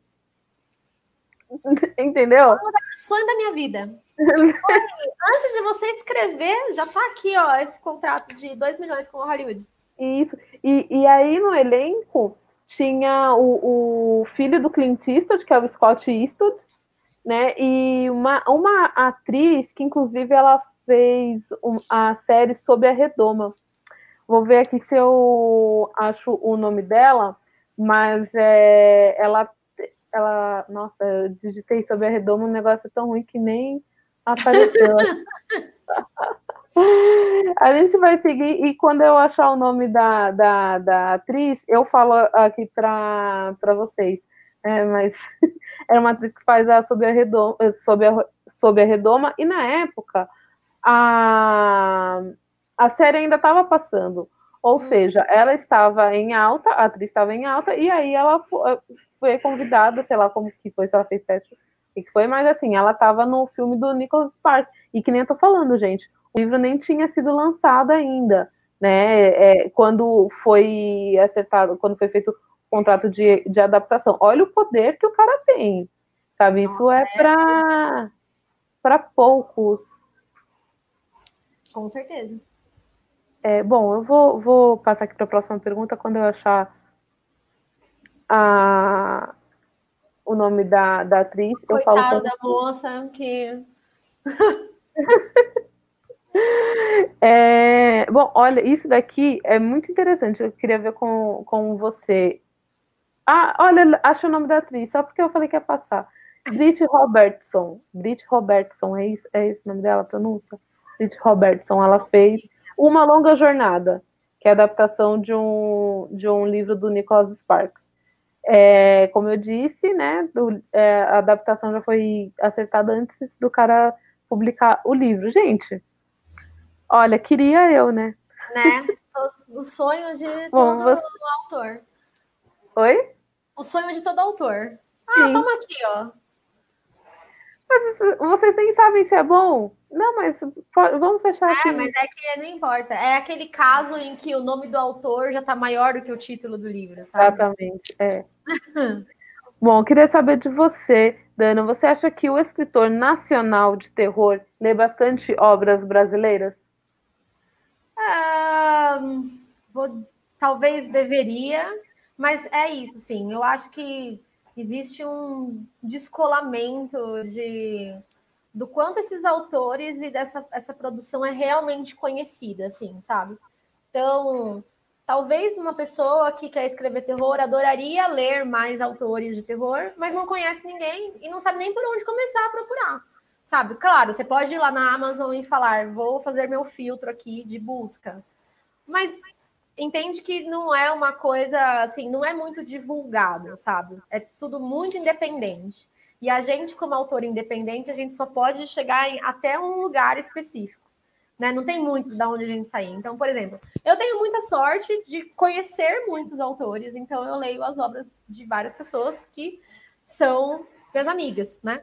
Speaker 1: Entendeu?
Speaker 2: Sonho da minha vida. Antes de você escrever, já tá aqui, ó, esse contrato de 2 milhões com a Hollywood.
Speaker 1: Isso. E aí no elenco tinha o filho do Clint Eastwood, que é o Scott Eastwood, né? E uma atriz que, inclusive, ela fez a série Sob a Redoma. Vou ver aqui se eu acho o nome dela, mas ela. Nossa, eu digitei Sob a Redoma, um negócio tão ruim que nem apareceu. A gente vai seguir, e quando eu achar o nome da atriz, eu falo aqui para vocês. Mas era uma atriz que faz a Sob a Redoma, e na época a série ainda estava passando. Ou seja, ela estava em alta, a atriz estava em alta, e aí ela foi convidada, sei lá como que foi, se ela fez teste, o que foi, mas assim, ela estava no filme do Nicholas Sparks, e que nem eu tô falando, gente, o livro nem tinha sido lançado ainda, né? Quando foi acertado, quando foi feito o contrato de adaptação. Olha o poder que o cara tem, sabe? Isso é para poucos.
Speaker 2: Com certeza.
Speaker 1: Bom, eu vou passar aqui para a próxima pergunta quando eu achar o nome da atriz.
Speaker 2: Coitada da moça que...
Speaker 1: Bom, olha, isso daqui é muito interessante. Eu queria ver com você. Olha, acho o nome da atriz, só porque eu falei que ia passar. Brit Robertson. Brit Robertson, é esse o nome dela, a pronúncia? Brit Robertson, ela fez Uma Longa Jornada, que é a adaptação de um livro do Nicholas Sparks. Como eu disse, né, a adaptação já foi acertada antes do cara publicar o livro. Gente, olha, queria eu, né?
Speaker 2: Né? O sonho de todo autor.
Speaker 1: Oi?
Speaker 2: O sonho de todo autor.
Speaker 1: Sim.
Speaker 2: Toma aqui, ó.
Speaker 1: Mas vocês nem sabem se é bom. Não, mas vamos fechar aqui.
Speaker 2: Mas é que não importa. É aquele caso em que o nome do autor já está maior do que o título do livro, sabe?
Speaker 1: Exatamente, Bom, eu queria saber de você, Dana. Você acha que o escritor nacional de terror lê bastante obras brasileiras?
Speaker 2: Talvez deveria, mas é isso, sim. Eu acho que existe um descolamento do quanto esses autores e essa produção é realmente conhecida, assim, sabe? Então, talvez uma pessoa que quer escrever terror adoraria ler mais autores de terror, mas não conhece ninguém e não sabe nem por onde começar a procurar, sabe? Claro, você pode ir lá na Amazon e falar, vou fazer meu filtro aqui de busca, mas entende que não é uma coisa, assim, não é muito divulgado, sabe? É tudo muito independente. E a gente, como autor independente, a gente só pode chegar até um lugar específico. Né? Não tem muito de onde a gente sair. Então, por exemplo, eu tenho muita sorte de conhecer muitos autores, então eu leio as obras de várias pessoas que são minhas amigas, né?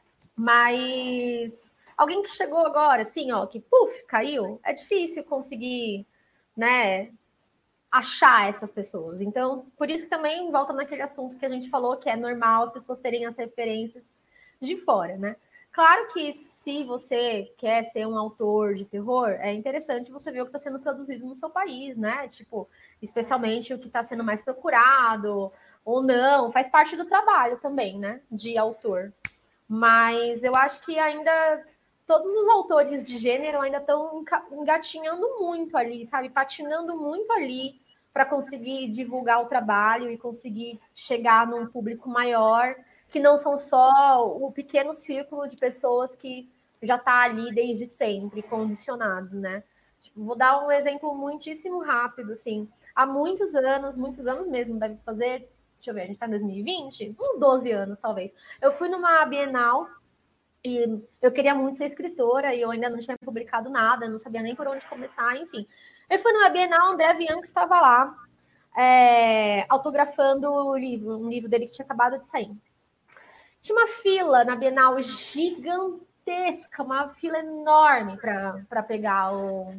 Speaker 2: Mas alguém que chegou agora, assim, ó, que puf, caiu, é difícil conseguir, né, achar essas pessoas. Então, por isso que também volta naquele assunto que a gente falou, que é normal as pessoas terem as referências de fora, né? Claro que se você quer ser um autor de terror, é interessante você ver o que está sendo produzido no seu país, né? Tipo, especialmente o que está sendo mais procurado ou não, faz parte do trabalho também, né? De autor. Mas eu acho que ainda todos os autores de gênero ainda estão engatinhando muito ali, sabe? Patinando muito ali para conseguir divulgar o trabalho e conseguir chegar num público maior, que não são só o pequeno círculo de pessoas que já está ali desde sempre, condicionado, né? Tipo, vou dar um exemplo muitíssimo rápido, assim. Há muitos anos mesmo, deve fazer, deixa eu ver, a gente está em 2020? Uns 12 anos, talvez. Eu fui numa Bienal e eu queria muito ser escritora e eu ainda não tinha publicado nada, não sabia nem por onde começar, enfim. Eu fui numa Bienal, André Bianco estava lá, autografando o livro, um livro dele que tinha acabado de sair. Tinha uma fila na Bienal gigantesca, uma fila enorme para pegar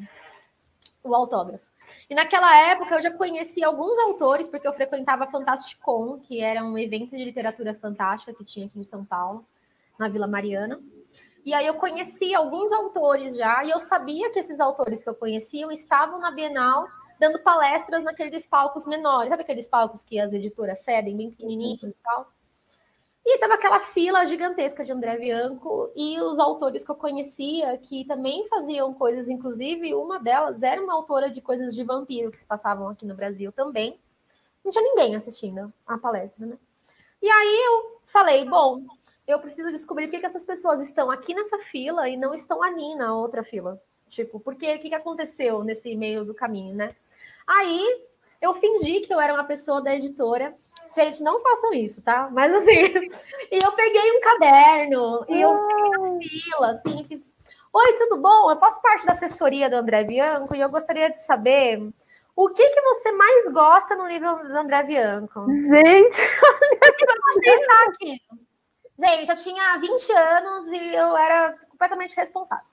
Speaker 2: o autógrafo. E naquela época eu já conhecia alguns autores, porque eu frequentava a Fantasticon, que era um evento de literatura fantástica que tinha aqui em São Paulo, na Vila Mariana. E aí eu conheci alguns autores já, e eu sabia que esses autores que eu conhecia estavam na Bienal dando palestras naqueles palcos menores. Sabe aqueles palcos que as editoras cedem, bem pequenininhos e tal? E tava aquela fila gigantesca de André Bianco e os autores que eu conhecia, que também faziam coisas, inclusive uma delas era uma autora de coisas de vampiro que se passavam aqui no Brasil também. Não tinha ninguém assistindo a palestra, né? E aí eu falei, bom, eu preciso descobrir por que essas pessoas estão aqui nessa fila e não estão ali na outra fila. Tipo, porque o que aconteceu nesse meio do caminho, né? Aí eu fingi que eu era uma pessoa da editora. Gente, não façam isso, tá? Mas assim, e eu peguei um caderno e eu fiquei na fila, assim, fiz. Oi, tudo bom? Eu faço parte da assessoria do André Bianco e eu gostaria de saber o que você mais gosta no livro do André Bianco.
Speaker 1: Gente,
Speaker 2: por que você está aqui? Gente, eu tinha 20 anos e eu era completamente responsável.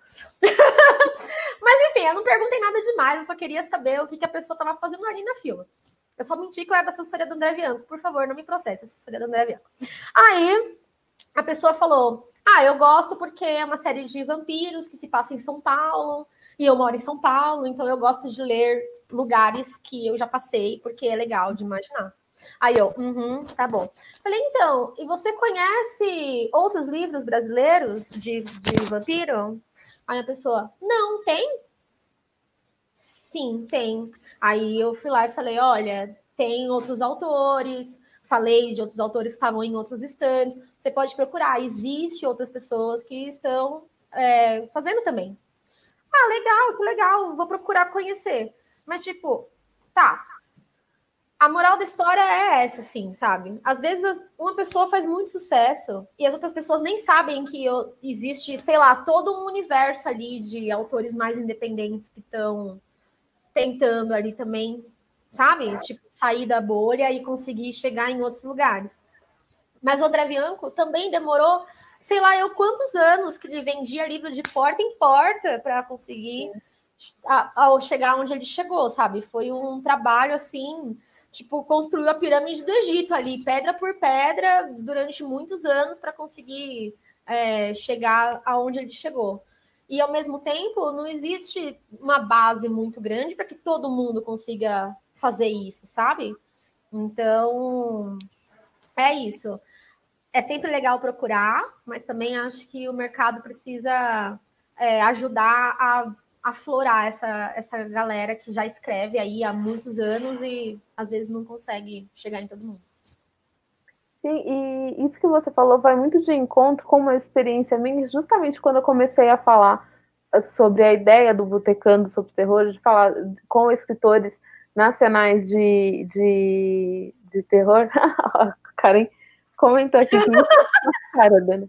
Speaker 2: Mas enfim, eu não perguntei nada demais, eu só queria saber o que a pessoa estava fazendo ali na fila. Eu só menti que eu era da assessoria do André Bianco. Por favor, não me processe, assessoria do André Bianco. Aí, a pessoa falou, eu gosto porque é uma série de vampiros que se passa em São Paulo, e eu moro em São Paulo, então eu gosto de ler lugares que eu já passei, porque é legal de imaginar. Aí eu, tá bom. Falei, então, e você conhece outros livros brasileiros de vampiro? Aí a pessoa, não, tem? Sim, tem. Aí eu fui lá e falei, olha, tem outros autores, falei de outros autores que estavam em outros estantes, você pode procurar, existe outras pessoas que estão fazendo também. Legal, que legal, vou procurar conhecer. Mas, tipo, tá, a moral da história é essa, assim, sabe? Às vezes uma pessoa faz muito sucesso e as outras pessoas nem sabem que existe, sei lá, todo um universo ali de autores mais independentes que estão tentando ali também, sabe? Tipo, sair da bolha e conseguir chegar em outros lugares. Mas o André Bianco também demorou, sei lá, quantos anos que ele vendia livro de porta em porta para conseguir ao chegar onde ele chegou, sabe? Foi um trabalho assim, tipo, construiu a pirâmide do Egito ali, pedra por pedra, durante muitos anos para conseguir chegar aonde ele chegou. E, ao mesmo tempo, não existe uma base muito grande para que todo mundo consiga fazer isso, sabe? Então, é isso. É sempre legal procurar, mas também acho que o mercado precisa ajudar a aflorar essa galera que já escreve aí há muitos anos e às vezes não consegue chegar em todo mundo.
Speaker 1: Sim, e isso que você falou vai muito de encontro com uma experiência minha, justamente quando eu comecei a falar sobre a ideia do Botecando sobre terror, de falar com escritores nacionais de terror. A Karen comentou aqui que muito cara, Dana.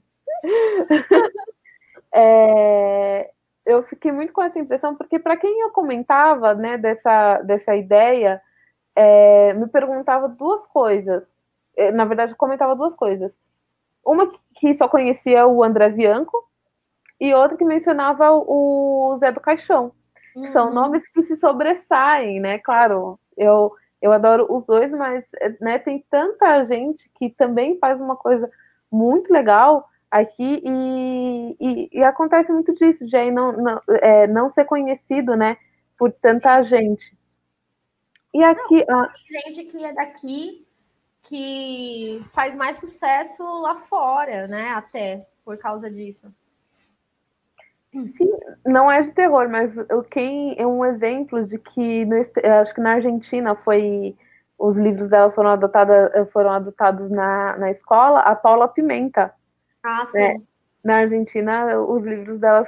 Speaker 1: Eu fiquei muito com essa impressão, porque para quem eu comentava, né, dessa ideia, me perguntava duas coisas. Na verdade, eu comentava duas coisas. Uma que só conhecia o André Bianco e outra que mencionava o Zé do Caixão, que são nomes que se sobressaem, né? Claro, eu adoro os dois, mas né, tem tanta gente que também faz uma coisa muito legal aqui e acontece muito disso, de aí não ser conhecido, né, por tanta gente. E aqui...
Speaker 2: Tem gente que é daqui que faz mais sucesso lá fora, né? Até por causa disso.
Speaker 1: Sim, não é de terror, mas quem é um exemplo de que acho que na Argentina os livros dela foram adotados na escola, a Paula Pimenta.
Speaker 2: Ah,
Speaker 1: Né?
Speaker 2: sim.
Speaker 1: Na Argentina, os livros dela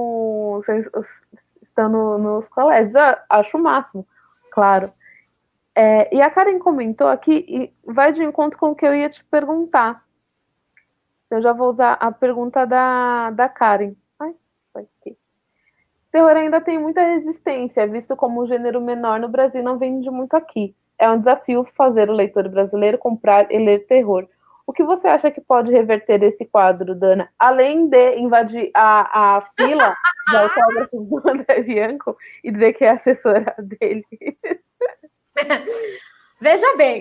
Speaker 1: estão nos colégios. Eu acho o máximo, claro. E a Karen comentou aqui, e vai de encontro com o que eu ia te perguntar. Eu já vou usar a pergunta da Karen. Ai, foi aqui. Terror ainda tem muita resistência, visto como um gênero menor no Brasil não vende muito aqui. É um desafio fazer o leitor brasileiro comprar e ler terror. O que você acha que pode reverter esse quadro, Dana? Além de invadir a fila de autógrafos do André Bianco e dizer que é assessora dele.
Speaker 2: Veja bem,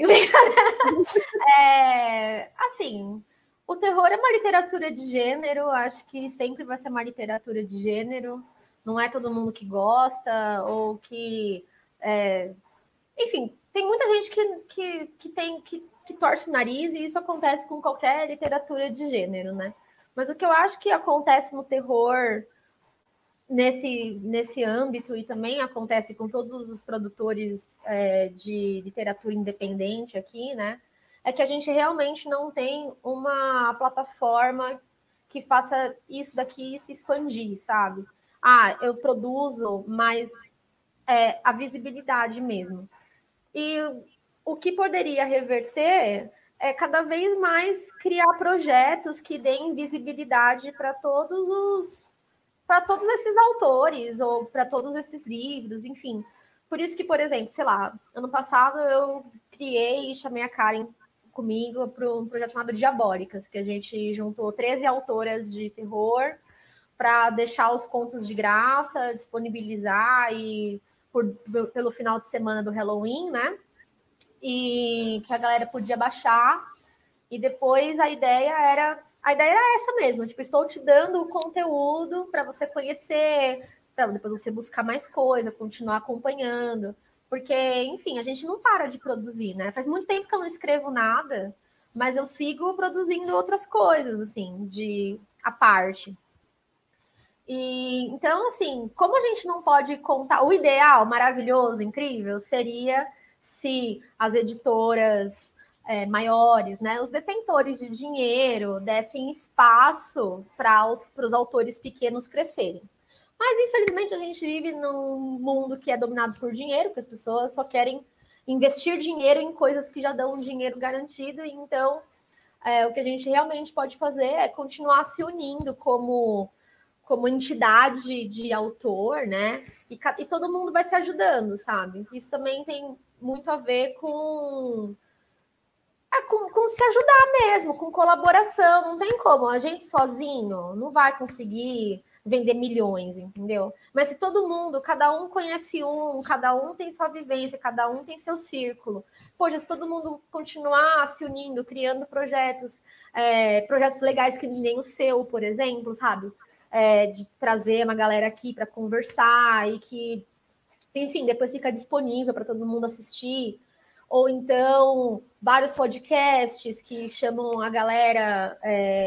Speaker 2: assim, o terror é uma literatura de gênero, acho que sempre vai ser uma literatura de gênero, não é todo mundo que gosta, ou que. Enfim, tem muita gente que torce o nariz, e isso acontece com qualquer literatura de gênero, né? Mas o que eu acho que acontece no terror nesse âmbito, e também acontece com todos os produtores de literatura independente aqui, né? É que a gente realmente não tem uma plataforma que faça isso daqui se expandir, sabe? Ah, eu produzo, mas a visibilidade mesmo. E o que poderia reverter é cada vez mais criar projetos que deem visibilidade para todos esses autores ou para todos esses livros, enfim. Por isso que, por exemplo, sei lá, ano passado eu criei e chamei a Karen comigo para um projeto chamado Diabólicas, que a gente juntou 13 autoras de terror para deixar os contos de graça, disponibilizar pelo final de semana do Halloween, né? E que a galera podia baixar. E depois a ideia era essa mesmo, tipo, estou te dando o conteúdo para você conhecer, para depois você buscar mais coisa, continuar acompanhando, porque, enfim, a gente não para de produzir, né? Faz muito tempo que eu não escrevo nada, mas eu sigo produzindo outras coisas, assim, de à parte. E então, assim, como a gente não pode contar, o ideal, maravilhoso, incrível, seria se as editoras maiores, né, os detentores de dinheiro, dessem espaço para os autores pequenos crescerem. Mas, infelizmente, a gente vive num mundo que é dominado por dinheiro, que as pessoas só querem investir dinheiro em coisas que já dão um dinheiro garantido. E então, o que a gente realmente pode fazer é continuar se unindo como entidade de autor, né? E todo mundo vai se ajudando, sabe? Isso também tem muito a ver com se ajudar mesmo, com colaboração. Não tem como. A gente sozinho não vai conseguir vender milhões, entendeu? Mas se todo mundo, cada um conhece cada um tem sua vivência, cada um tem seu círculo. Poxa, se todo mundo continuar se unindo, criando projetos legais que nem o seu, por exemplo, sabe? de trazer uma galera aqui para conversar e que, enfim, depois fica disponível para todo mundo assistir. Ou então, vários podcasts que chamam a galera,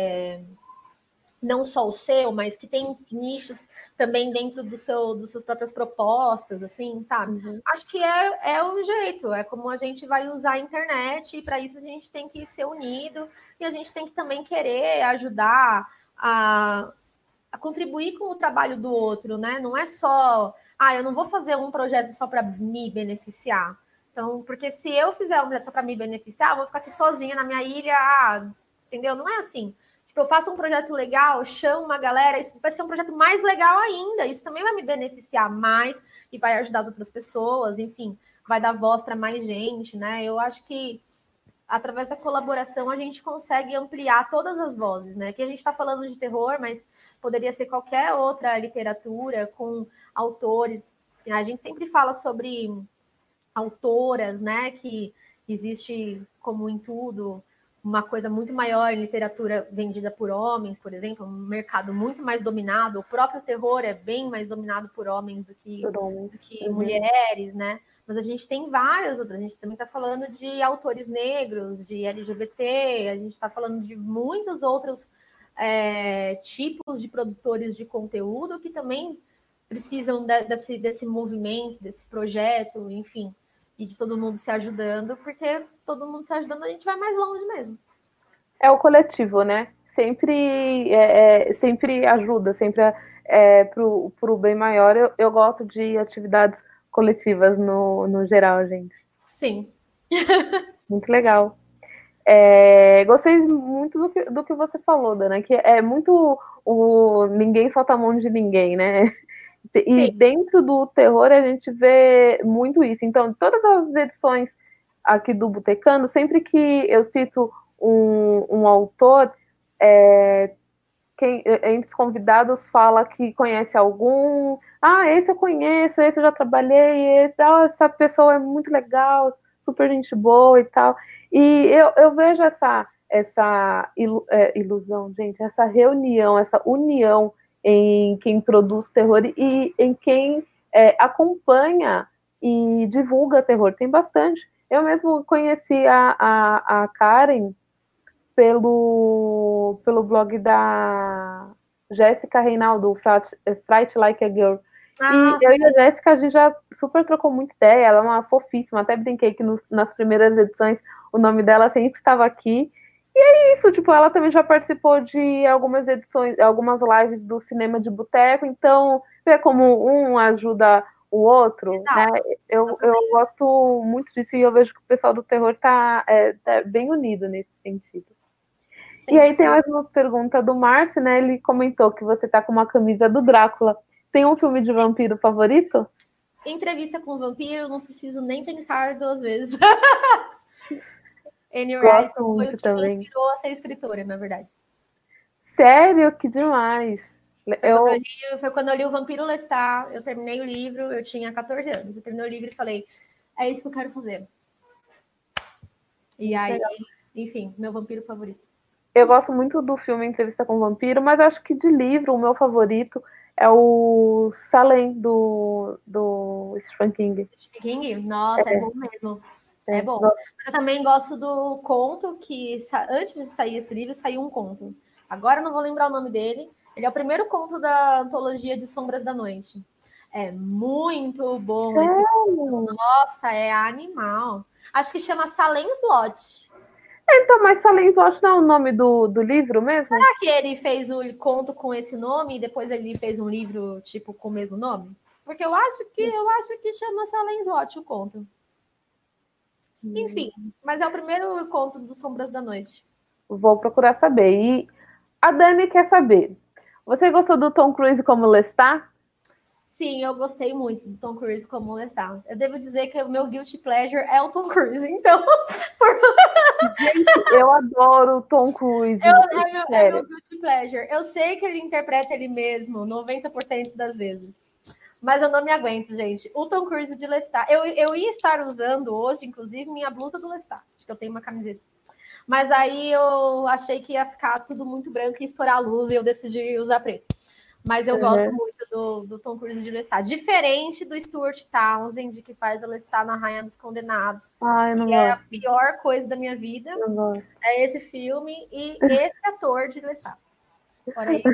Speaker 2: não só o seu, mas que tem nichos também dentro das suas próprias propostas, assim, sabe?
Speaker 1: Uhum.
Speaker 2: Acho que é o jeito, é como a gente vai usar a internet, e para isso a gente tem que ser unido, e a gente tem que também querer ajudar a contribuir com o trabalho do outro, né? Não é só, eu não vou fazer um projeto só para me beneficiar. Então, porque se eu fizer um projeto só para me beneficiar, eu vou ficar aqui sozinha na minha ilha, entendeu? Não é assim. Tipo, eu faço um projeto legal, chamo uma galera, isso vai ser um projeto mais legal ainda. Isso também vai me beneficiar mais e vai ajudar as outras pessoas, enfim, vai dar voz para mais gente, né? Eu acho que através da colaboração a gente consegue ampliar todas as vozes, né? Aqui a gente está falando de terror, mas poderia ser qualquer outra literatura com autores. A gente sempre fala sobre autoras, né? Que existe, como em tudo, uma coisa muito maior em literatura vendida por homens, por exemplo, um mercado muito mais dominado. O próprio terror é bem mais dominado por homens do que mulheres, né? Mas a gente tem várias outras. A gente também está falando de autores negros, de LGBT, a gente está falando de muitos outros tipos de produtores de conteúdo que também precisam desse movimento, desse projeto, enfim, e de todo mundo se ajudando, porque todo mundo se ajudando a gente vai mais longe mesmo.
Speaker 1: É o coletivo, né? Sempre ajuda, sempre pro bem maior. Eu gosto de atividades coletivas no geral, gente.
Speaker 2: Sim.
Speaker 1: Muito legal. Gostei muito do que você falou, Dana, que é muito o ninguém solta a mão de ninguém, né? E
Speaker 2: Sim.
Speaker 1: dentro do terror a gente vê muito isso. Então, todas as edições aqui do Botecando, sempre que eu cito um autor, entre os convidados fala que conhece algum. Esse eu conheço, esse eu já trabalhei, essa pessoa é muito legal, super gente boa e tal. E eu vejo essa ilusão, gente, essa reunião, essa união em quem produz terror e em quem acompanha e divulga terror. Tem bastante. Eu mesmo conheci a Karen pelo blog da Jéssica Reinaldo, Fright Like a Girl. E eu e a Jéssica, a gente já super trocou muita ideia, ela é uma fofíssima, até brinquei que nas primeiras edições o nome dela sempre estava aqui. E é isso, tipo, ela também já participou de algumas edições, algumas lives do Cinema de Boteco, então vê como um ajuda o outro, né? Eu gosto muito disso e eu vejo que o pessoal do terror tá bem unido nesse sentido. Sim, e aí tem mais uma pergunta do Márcio, né? Ele comentou que você tá com uma camisa do Drácula. Tem um filme de vampiro favorito?
Speaker 2: Entrevista com o Vampiro, não preciso nem pensar 2 vezes. Anne
Speaker 1: Rice
Speaker 2: foi o que
Speaker 1: também.
Speaker 2: me inspirou a ser escritora, na verdade.
Speaker 1: Sério? Que demais!
Speaker 2: Foi quando eu li o Vampiro Lestat, eu terminei o livro, eu tinha 14 anos. Eu terminei o livro e falei, é isso que eu quero fazer. E aí, enfim, meu vampiro favorito.
Speaker 1: Eu gosto muito do filme Entrevista com o Vampiro, mas acho que de livro, o meu favorito é o Salem, do Stephen King.
Speaker 2: Stephen King? Nossa, é bom mesmo. É bom. Mas eu também gosto do conto que, antes de sair esse livro, saiu um conto. Agora eu não vou lembrar o nome dele. Ele é o primeiro conto da antologia de Sombras da Noite. É muito bom esse conto. Nossa, é animal. Acho que chama Salem Slot.
Speaker 1: Então, mas Salem Slot não é o nome do livro mesmo?
Speaker 2: Será que ele fez o conto com esse nome e depois ele fez um livro tipo com o mesmo nome? Porque eu acho que chama Salem Slot o conto. Enfim, mas é o primeiro conto do Sombras da Noite.
Speaker 1: Vou procurar saber. E a Dani quer saber. Você gostou do Tom Cruise como Lestat?
Speaker 2: Sim, eu gostei muito do Tom Cruise como Lestat. Eu devo dizer que o meu guilty pleasure é o Tom Cruise, então...
Speaker 1: Gente, eu adoro o Tom Cruise.
Speaker 2: É meu guilty pleasure. Eu sei que ele interpreta ele mesmo 90% das vezes. Mas eu não me aguento, gente. O Tom Cruise de Lestat. Eu ia estar usando hoje, inclusive, minha blusa do Lestat. Acho que eu tenho uma camiseta. Mas aí eu achei que ia ficar tudo muito branco e estourar a luz e eu decidi usar preto. Mas eu gosto muito do Tom Cruise de Lestat. Diferente do Stuart Townsend, que faz o Lestat na Rainha dos Condenados.
Speaker 1: Ai, não
Speaker 2: que
Speaker 1: gosto.
Speaker 2: é a pior coisa da minha vida.
Speaker 1: Não gosto.
Speaker 2: É esse filme e esse ator de Lestat. Fora isso.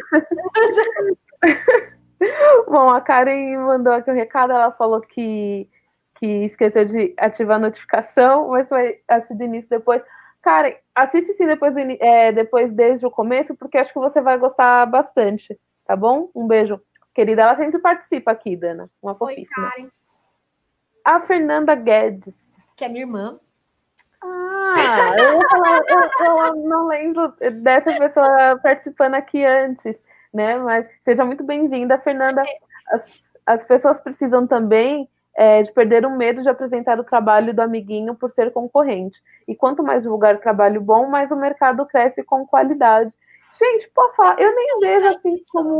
Speaker 1: Bom, a Karen mandou aqui um recado, ela falou que esqueceu de ativar a notificação, mas vai assistir do início depois. Karen, assiste sim depois desde o começo, porque acho que você vai gostar bastante, tá bom? Um beijo. Querida, ela sempre participa aqui, Dana. Uma fofíssima.
Speaker 2: Oi, Karen.
Speaker 1: A Fernanda Guedes.
Speaker 2: Que é minha irmã.
Speaker 1: Ah, eu não lembro dessa pessoa participando aqui antes, né? Mas seja muito bem-vinda, Fernanda. As pessoas precisam também de perder o medo de apresentar o trabalho do amiguinho por ser concorrente. E quanto mais divulgar trabalho bom, mais o mercado cresce com qualidade. Gente, posso falar? Eu nem vejo assim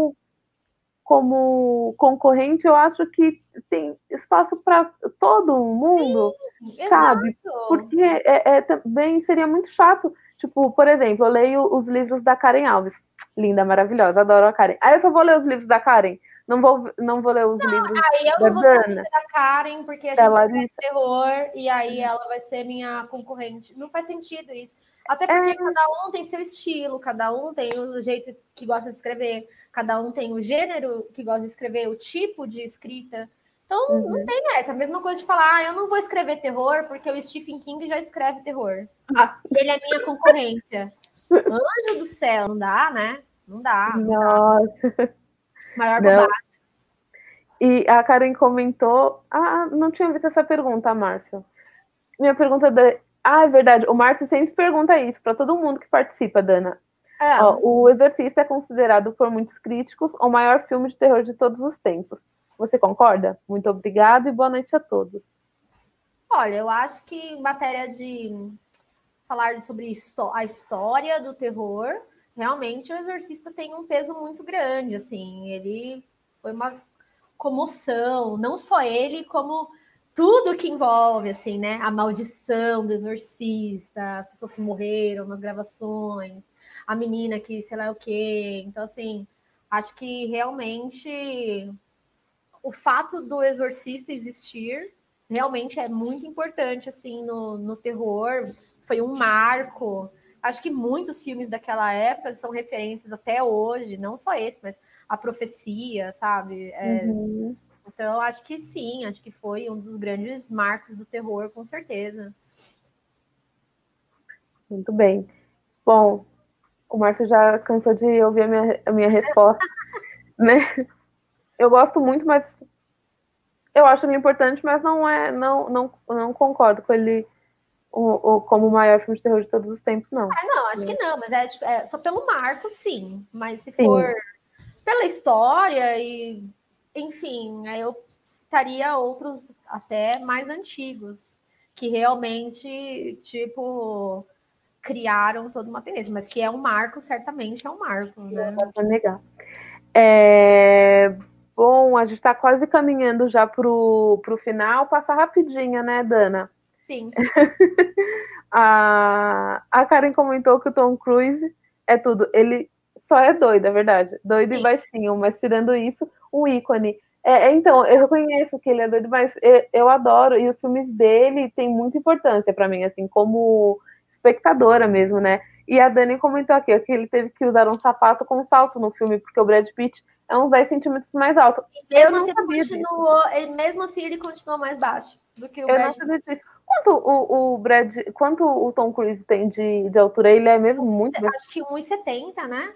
Speaker 1: como concorrente, eu acho que tem espaço para todo mundo,
Speaker 2: sim,
Speaker 1: sabe?
Speaker 2: Exato.
Speaker 1: Porque também seria muito chato. Tipo, por exemplo, eu leio os livros da Karen Alves. Linda, maravilhosa, adoro a Karen. Aí eu só vou ler os livros da Karen. Não vou ler os livros
Speaker 2: aí eu
Speaker 1: da
Speaker 2: não vou ser
Speaker 1: Dana,
Speaker 2: da Karen, porque a
Speaker 1: da
Speaker 2: gente
Speaker 1: Larissa.
Speaker 2: escreve terror, e aí ela vai ser minha concorrente. Não faz sentido isso. Até porque cada um tem seu estilo, cada um tem o jeito que gosta de escrever, cada um tem o gênero que gosta de escrever, o tipo de escrita. Então, não tem essa. A mesma coisa de falar, eu não vou escrever terror, porque o Stephen King já escreve terror. Ele é minha concorrência. Anjo do céu, não dá, né? Não dá.
Speaker 1: Nossa.
Speaker 2: Maior bobagem.
Speaker 1: E a Karen comentou... não tinha visto essa pergunta, Márcio. Minha pergunta... é verdade. O Márcio sempre pergunta isso para todo mundo que participa, Dana. O Exorcista é considerado por muitos críticos o maior filme de terror de todos os tempos. Você concorda? Muito obrigada e boa noite a todos.
Speaker 2: Olha, eu acho que em matéria de falar sobre a história do terror, realmente o Exorcista tem um peso muito grande, assim. Ele foi uma comoção, não só ele, como tudo que envolve, assim, né? A maldição do Exorcista, as pessoas que morreram nas gravações, a menina que sei lá o quê. Então, assim, acho que realmente o fato do Exorcista existir realmente é muito importante, assim, no terror. Foi um marco. Acho que muitos filmes daquela época são referências até hoje, não só esse, mas A Profecia, sabe? Então, acho que sim, acho que foi um dos grandes marcos do terror, com certeza.
Speaker 1: Muito bem. Bom, o Márcio já cansou de ouvir a minha resposta, né? Eu gosto muito, mas eu acho ele importante, mas não concordo com ele como o maior filme de terror de todos os tempos, não.
Speaker 2: Não, acho que não, mas é só pelo marco, sim. Mas se for pela história e, enfim, aí eu citaria outros até mais antigos, que realmente, tipo, criaram toda uma tendência, mas que é um marco, certamente é um marco, né?
Speaker 1: Não dá pra negar. Bom, a gente está quase caminhando já pro final. Passa rapidinho, né, Dana?
Speaker 2: Sim.
Speaker 1: A Karen comentou que o Tom Cruise é tudo. Ele só é doido, é verdade. Doido e baixinho, mas tirando isso, um ícone. Então, eu reconheço que ele é doido, mas eu adoro. E os filmes dele têm muita importância para mim, assim, como espectadora mesmo, né? E a Dani comentou aqui que ele teve que usar um sapato com salto no filme, porque o Brad Pitt é uns 10 centímetros mais alto.
Speaker 2: Mesmo assim, ele continuou mais baixo do que o Brad Pitt.
Speaker 1: Quanto o Tom Cruise tem de altura? Ele é mesmo muito...
Speaker 2: Acho que 1,70, né?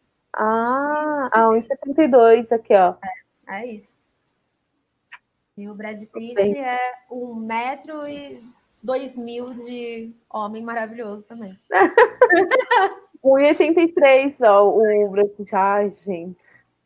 Speaker 1: 1,72 aqui, ó.
Speaker 2: É isso. E o Brad Pitt é 1,02 m de homem maravilhoso também.
Speaker 1: 1,83, ó, o Brad Pitt. Ai, gente.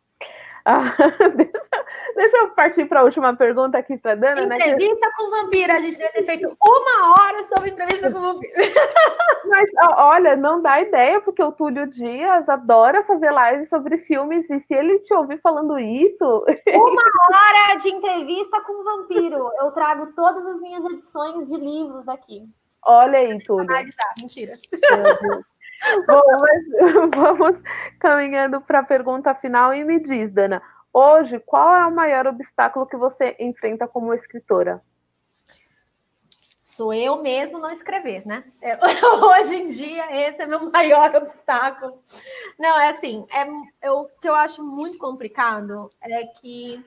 Speaker 1: Deixa eu partir para a última pergunta aqui para a Dana.
Speaker 2: Entrevista com vampiro. A gente deve ter feito 1 hora sobre entrevista com vampiro.
Speaker 1: Mas, olha, não dá ideia, porque o Túlio Dias adora fazer live sobre filmes, e se ele te ouvir falando isso...
Speaker 2: 1 hora de entrevista com vampiro. Eu trago todas as minhas edições de livros aqui.
Speaker 1: Olha aí, Túlio.
Speaker 2: Analisar. Mentira.
Speaker 1: Bom, mas vamos caminhando para a pergunta final e me diz, Dana, hoje qual é o maior obstáculo que você enfrenta como escritora?
Speaker 2: Sou eu mesmo não escrever, né? Hoje em dia, esse é meu maior obstáculo. Não, é assim, o que eu acho muito complicado é que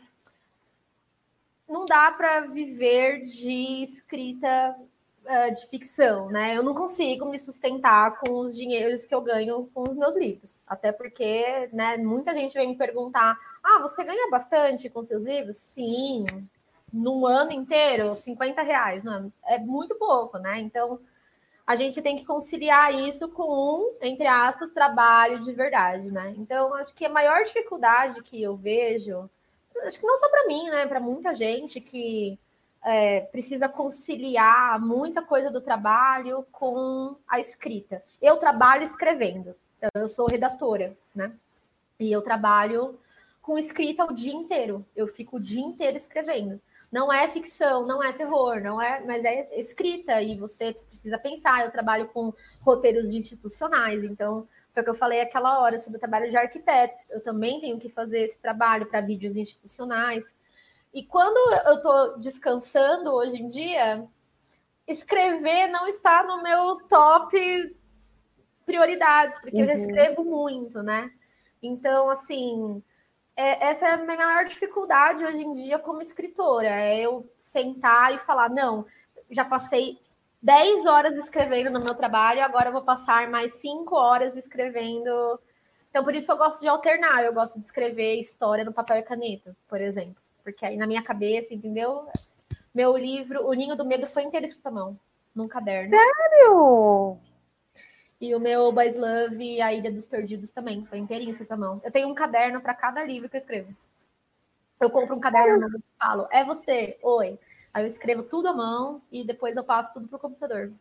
Speaker 2: não dá para viver de escrita de ficção, né? Eu não consigo me sustentar com os dinheiros que eu ganho com os meus livros. Até porque, né, muita gente vem me perguntar: ah, você ganha bastante com seus livros? Sim. Num ano inteiro, R$ 50 no ano. É muito pouco, né? Então, a gente tem que conciliar isso com, entre aspas, trabalho de verdade, né? Então, acho que a maior dificuldade que eu vejo, acho que não só para mim, né? Para muita gente que precisa conciliar muita coisa do trabalho com a escrita. Eu trabalho escrevendo, eu sou redatora, né? E eu trabalho com escrita o dia inteiro. Eu fico o dia inteiro escrevendo. Não é ficção, não é terror, não é, mas é escrita e você precisa pensar. Eu trabalho com roteiros institucionais, então foi o que eu falei aquela hora sobre o trabalho de arquiteto. Eu também tenho que fazer esse trabalho para vídeos institucionais. E quando eu estou descansando hoje em dia, escrever não está no meu top prioridades, porque eu já escrevo muito, né? Então, assim, essa é a minha maior dificuldade hoje em dia como escritora. É eu sentar e falar, não, já passei 10 horas escrevendo no meu trabalho, agora eu vou passar mais 5 horas escrevendo. Então, por isso que eu gosto de alternar. Eu gosto de escrever história no papel e caneta, por exemplo. Porque aí na minha cabeça, entendeu? Meu livro, O Ninho do Medo, foi inteiro escrito à mão, num caderno.
Speaker 1: Sério?
Speaker 2: E o meu Boys Love, A Ilha dos Perdidos, também foi inteirinho escrito à mão. Eu tenho um caderno para cada livro que eu escrevo. Eu compro um caderno novo e falo, é você, oi. Aí eu escrevo tudo à mão e depois eu passo tudo pro computador.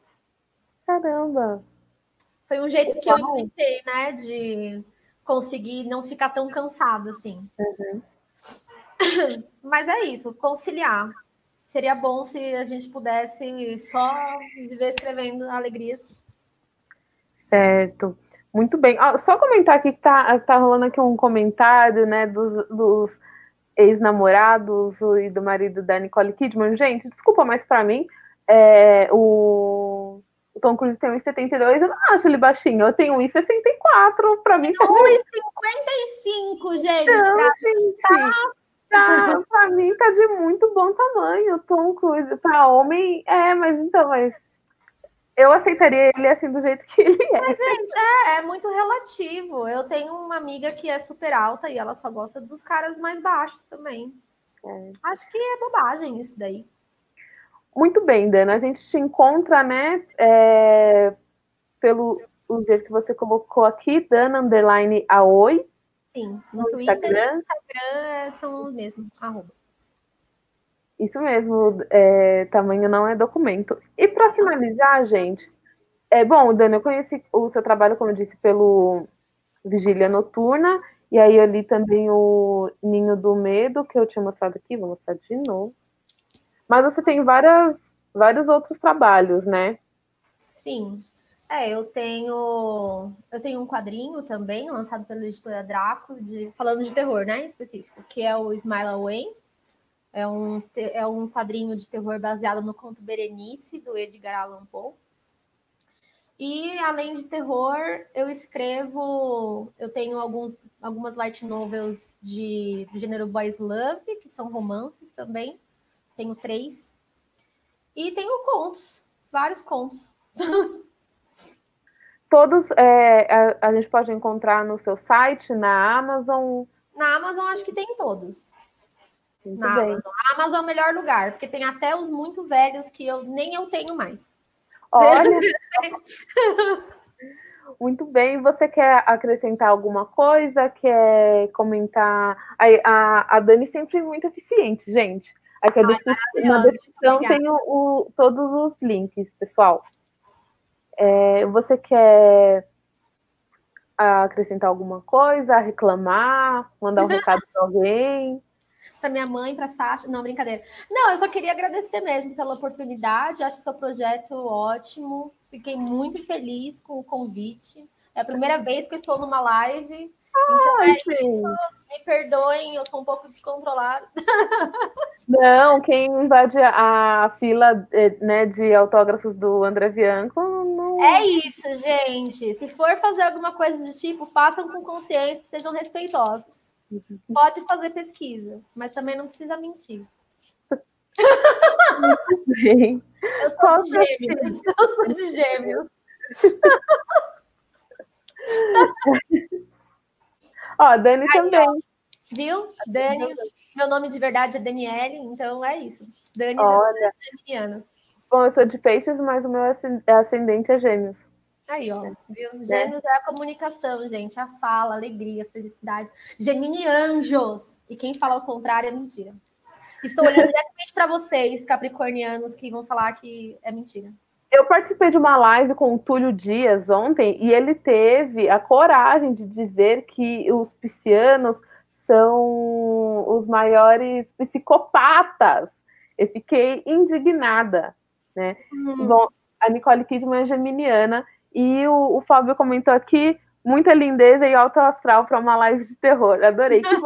Speaker 1: Caramba!
Speaker 2: Foi um jeito que eu inventei, né, de conseguir não ficar tão cansada assim.
Speaker 1: Uhum.
Speaker 2: Mas é isso, conciliar. Seria bom se a gente pudesse só viver escrevendo alegrias.
Speaker 1: Certo. Muito bem. Só comentar aqui que tá rolando aqui um comentário, né, dos ex-namorados e do marido da Nicole Kidman. Gente, desculpa, mas para mim, o Tom Cruise tem 1,72, eu não acho ele baixinho. Eu tenho 1,64, para mim tá de...
Speaker 2: 1,55, gente,
Speaker 1: Não,
Speaker 2: pra
Speaker 1: gente, pra mim tá de muito bom tamanho. O Tom Cruise para homem, mas eu aceitaria ele assim do jeito que ele é.
Speaker 2: Mas, gente, é muito relativo. Eu tenho uma amiga que é super alta e ela só gosta dos caras mais baixos também. Acho que é bobagem isso daí.
Speaker 1: Muito bem, Dana. A gente te encontra, né, pelo o jeito que você colocou aqui, Dana _ Aoi.
Speaker 2: Sim, no
Speaker 1: No
Speaker 2: Twitter e
Speaker 1: Instagram.
Speaker 2: no Instagram são os mesmos, @.
Speaker 1: Isso mesmo, tamanho não é documento. E para finalizar, gente, bom, Dana, eu conheci o seu trabalho, como eu disse, pelo Vigília Noturna, e aí eu li também o Ninho do Medo, que eu tinha mostrado aqui, vou mostrar de novo. Mas você tem vários outros trabalhos, né?
Speaker 2: Sim. Eu tenho um quadrinho também, lançado pela editora Draco, falando de terror, né, em específico, que é o Smile Away. É um quadrinho de terror baseado no conto Berenice, do Edgar Allan Poe. E, além de terror, eu tenho algumas light novels do gênero Boys Love, que são romances também. Tenho 3. E tenho contos, vários contos.
Speaker 1: Todos a gente pode encontrar no seu site, na Amazon.
Speaker 2: Na Amazon, acho que tem todos.
Speaker 1: Muito
Speaker 2: Na
Speaker 1: bem.
Speaker 2: Amazon. A Amazon é o melhor lugar, porque tem até os muito velhos que nem eu tenho mais.
Speaker 1: Olha, muito bem. Você quer acrescentar alguma coisa? Quer comentar? A Dani sempre é muito eficiente, gente. Aqui na descrição tem todos os links, pessoal. Você quer acrescentar alguma coisa, reclamar, mandar um recado para alguém?
Speaker 2: para minha mãe, para Sasha. Não, brincadeira. Não, eu só queria agradecer mesmo pela oportunidade. Acho seu projeto ótimo. Fiquei muito feliz com o convite. É a primeira vez que eu estou numa live. Então é isso. Me perdoem, eu sou um pouco descontrolada.
Speaker 1: Não, quem invade a fila, né, de autógrafos do André Bianco não...
Speaker 2: É isso, gente. Se for fazer alguma coisa do tipo, façam com consciência, sejam respeitosos. Pode fazer pesquisa, mas também não precisa mentir.
Speaker 1: Muito bem.
Speaker 2: Eu sou de gêmeos. Eu sou de gêmeos.
Speaker 1: Ó, Dani aí, também. Ó.
Speaker 2: Viu? Dani, meu nome de verdade é Daniele, então é isso. Dani
Speaker 1: é
Speaker 2: geminiana.
Speaker 1: Bom, eu sou de peixes, mas o meu ascendente é gêmeos.
Speaker 2: Aí, ó, viu? Gêmeos é a comunicação, gente, a fala, a alegria, a felicidade. Gemini anjos. E quem fala o contrário é mentira. Estou olhando diretamente para vocês, capricornianos, que vão falar que é mentira.
Speaker 1: Eu participei de uma live com o Túlio Dias ontem e ele teve a coragem de dizer que os piscianos são os maiores psicopatas. Eu fiquei indignada, né? Bom, a Nicole Kidman é geminiana e o Fábio comentou aqui muita lindeza e alto astral para uma live de terror. Adorei. Que bom.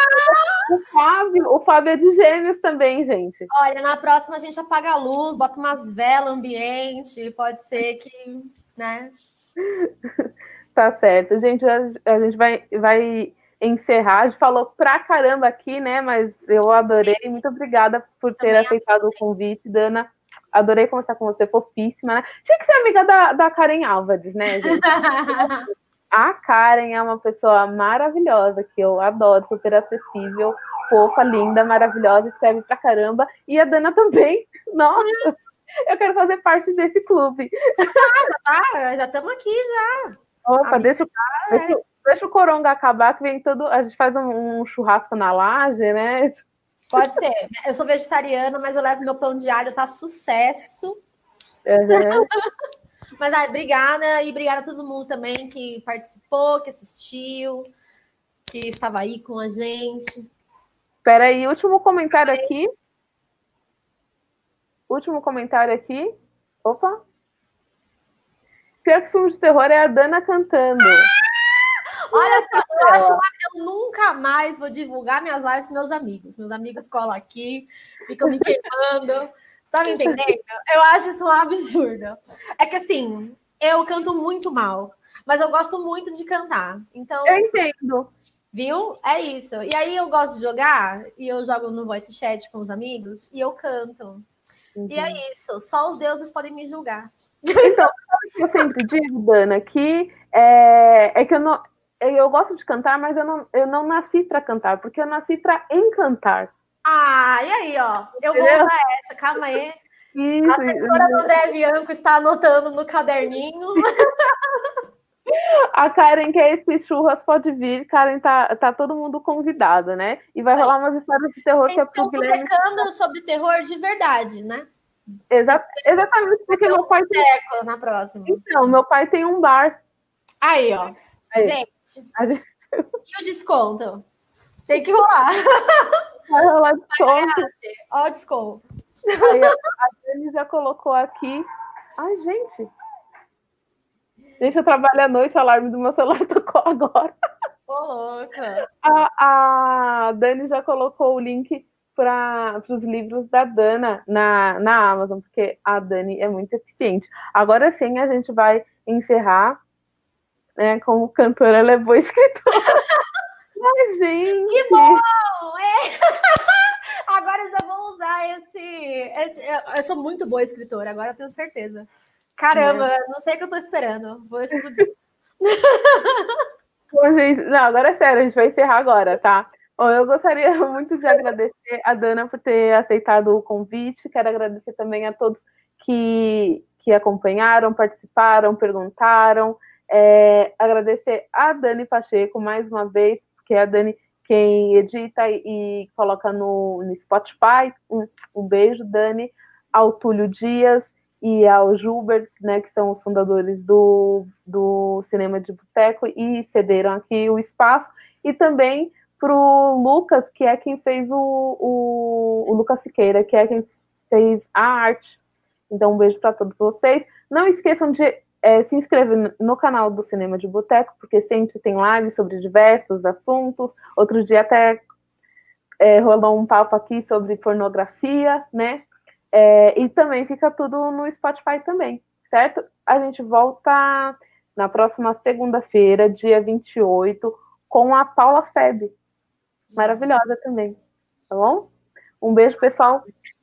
Speaker 1: O Fábio é de gêmeos também, gente.
Speaker 2: Olha, na próxima a gente apaga a luz, bota umas velas ambiente, pode ser que, né?
Speaker 1: Tá certo. Gente, a gente vai encerrar. A gente falou pra caramba aqui, né? Mas eu adorei. Muito obrigada por ter aceitado o convite, Dana. Adorei conversar com você, fofíssima, né? Tinha que ser amiga da Karen Álvares, né, gente? A Karen é uma pessoa maravilhosa, que eu adoro, super acessível, fofa, linda, maravilhosa, escreve pra caramba. E a Dana também. Nossa, eu quero fazer parte desse clube.
Speaker 2: Já estamos aqui, já.
Speaker 1: Opa, deixa o coronga acabar, que vem todo... A gente faz um churrasco na laje, né?
Speaker 2: Pode ser. Eu sou vegetariana, mas eu levo meu pão de alho, tá sucesso.
Speaker 1: Uhum.
Speaker 2: Mas, obrigada. E obrigada a todo mundo também que participou, que assistiu, que estava aí com a gente.
Speaker 1: Espera aí, último comentário aqui. Último comentário aqui. Opa. Pior que filme de terror é a Dana cantando.
Speaker 2: Olha só, eu acho que eu nunca mais vou divulgar minhas lives para meus amigos. Meus amigos colam aqui, ficam me queimando. Tá me entendendo? Eu acho isso um absurdo. É que assim, eu canto muito mal, mas eu gosto muito de cantar. Então,
Speaker 1: eu entendo.
Speaker 2: Viu? É isso. E aí eu gosto de jogar, e eu jogo no voice chat com os amigos, e eu canto. Uhum. E é isso. Só os deuses podem me julgar.
Speaker 1: Então, eu sempre digo, Dana, que é que eu gosto de cantar, mas eu não nasci para cantar, porque eu nasci para encantar.
Speaker 2: Ah, e aí, ó. Eu vou usar essa, calma aí. Isso, a assessora do André Bianco está anotando no caderninho.
Speaker 1: A Karen quer esse churras, pode vir. Karen, tá todo mundo convidado, né? E vai rolar umas histórias de terror que é pro Guilherme.
Speaker 2: Estão sobre terror de verdade, né?
Speaker 1: Exatamente, porque meu pai
Speaker 2: tem... na próxima.
Speaker 1: Então, meu pai tem um bar.
Speaker 2: Aí, ó. Gente. E o desconto? Tem que rolar.
Speaker 1: Vai rolar desconto.
Speaker 2: Ó o desconto.
Speaker 1: Aí, a Dani já colocou aqui. Ai, gente. Gente, eu trabalho à noite, o alarme do meu celular tocou agora.
Speaker 2: Ô, louca.
Speaker 1: A Dani já colocou o link para os livros da Dana na Amazon, porque a Dani é muito eficiente. Agora sim, a gente vai encerrar, né, como cantora, ela é boa escritora. Ai, gente!
Speaker 2: Que bom! Agora eu já vou usar esse... Eu sou muito boa escritora, agora eu tenho certeza. Caramba, não sei o que eu tô esperando. Vou explodir.
Speaker 1: Bom, gente, não, agora é sério, a gente vai encerrar agora, tá? Bom, eu gostaria muito de agradecer a Dana por ter aceitado o convite. Quero agradecer também a todos que acompanharam, participaram, perguntaram. Agradecer a Dani Pacheco mais uma vez, porque é a Dani quem edita e coloca no Spotify. Um beijo, Dani. Ao Túlio Dias e ao Gilbert, né, que são os fundadores do Cinema de Boteco e cederam aqui o espaço, e também pro Lucas, que é quem fez o Lucas Siqueira, que é quem fez a arte. Então, um beijo para todos vocês. Não esqueçam de se inscrever no canal do Cinema de Boteco, porque sempre tem lives sobre diversos assuntos. Outro dia até rolou um papo aqui sobre pornografia, né? E também fica tudo no Spotify também, certo? A gente volta na próxima segunda-feira, dia 28, com a Paula Feb. Maravilhosa também, tá bom? Um beijo, pessoal.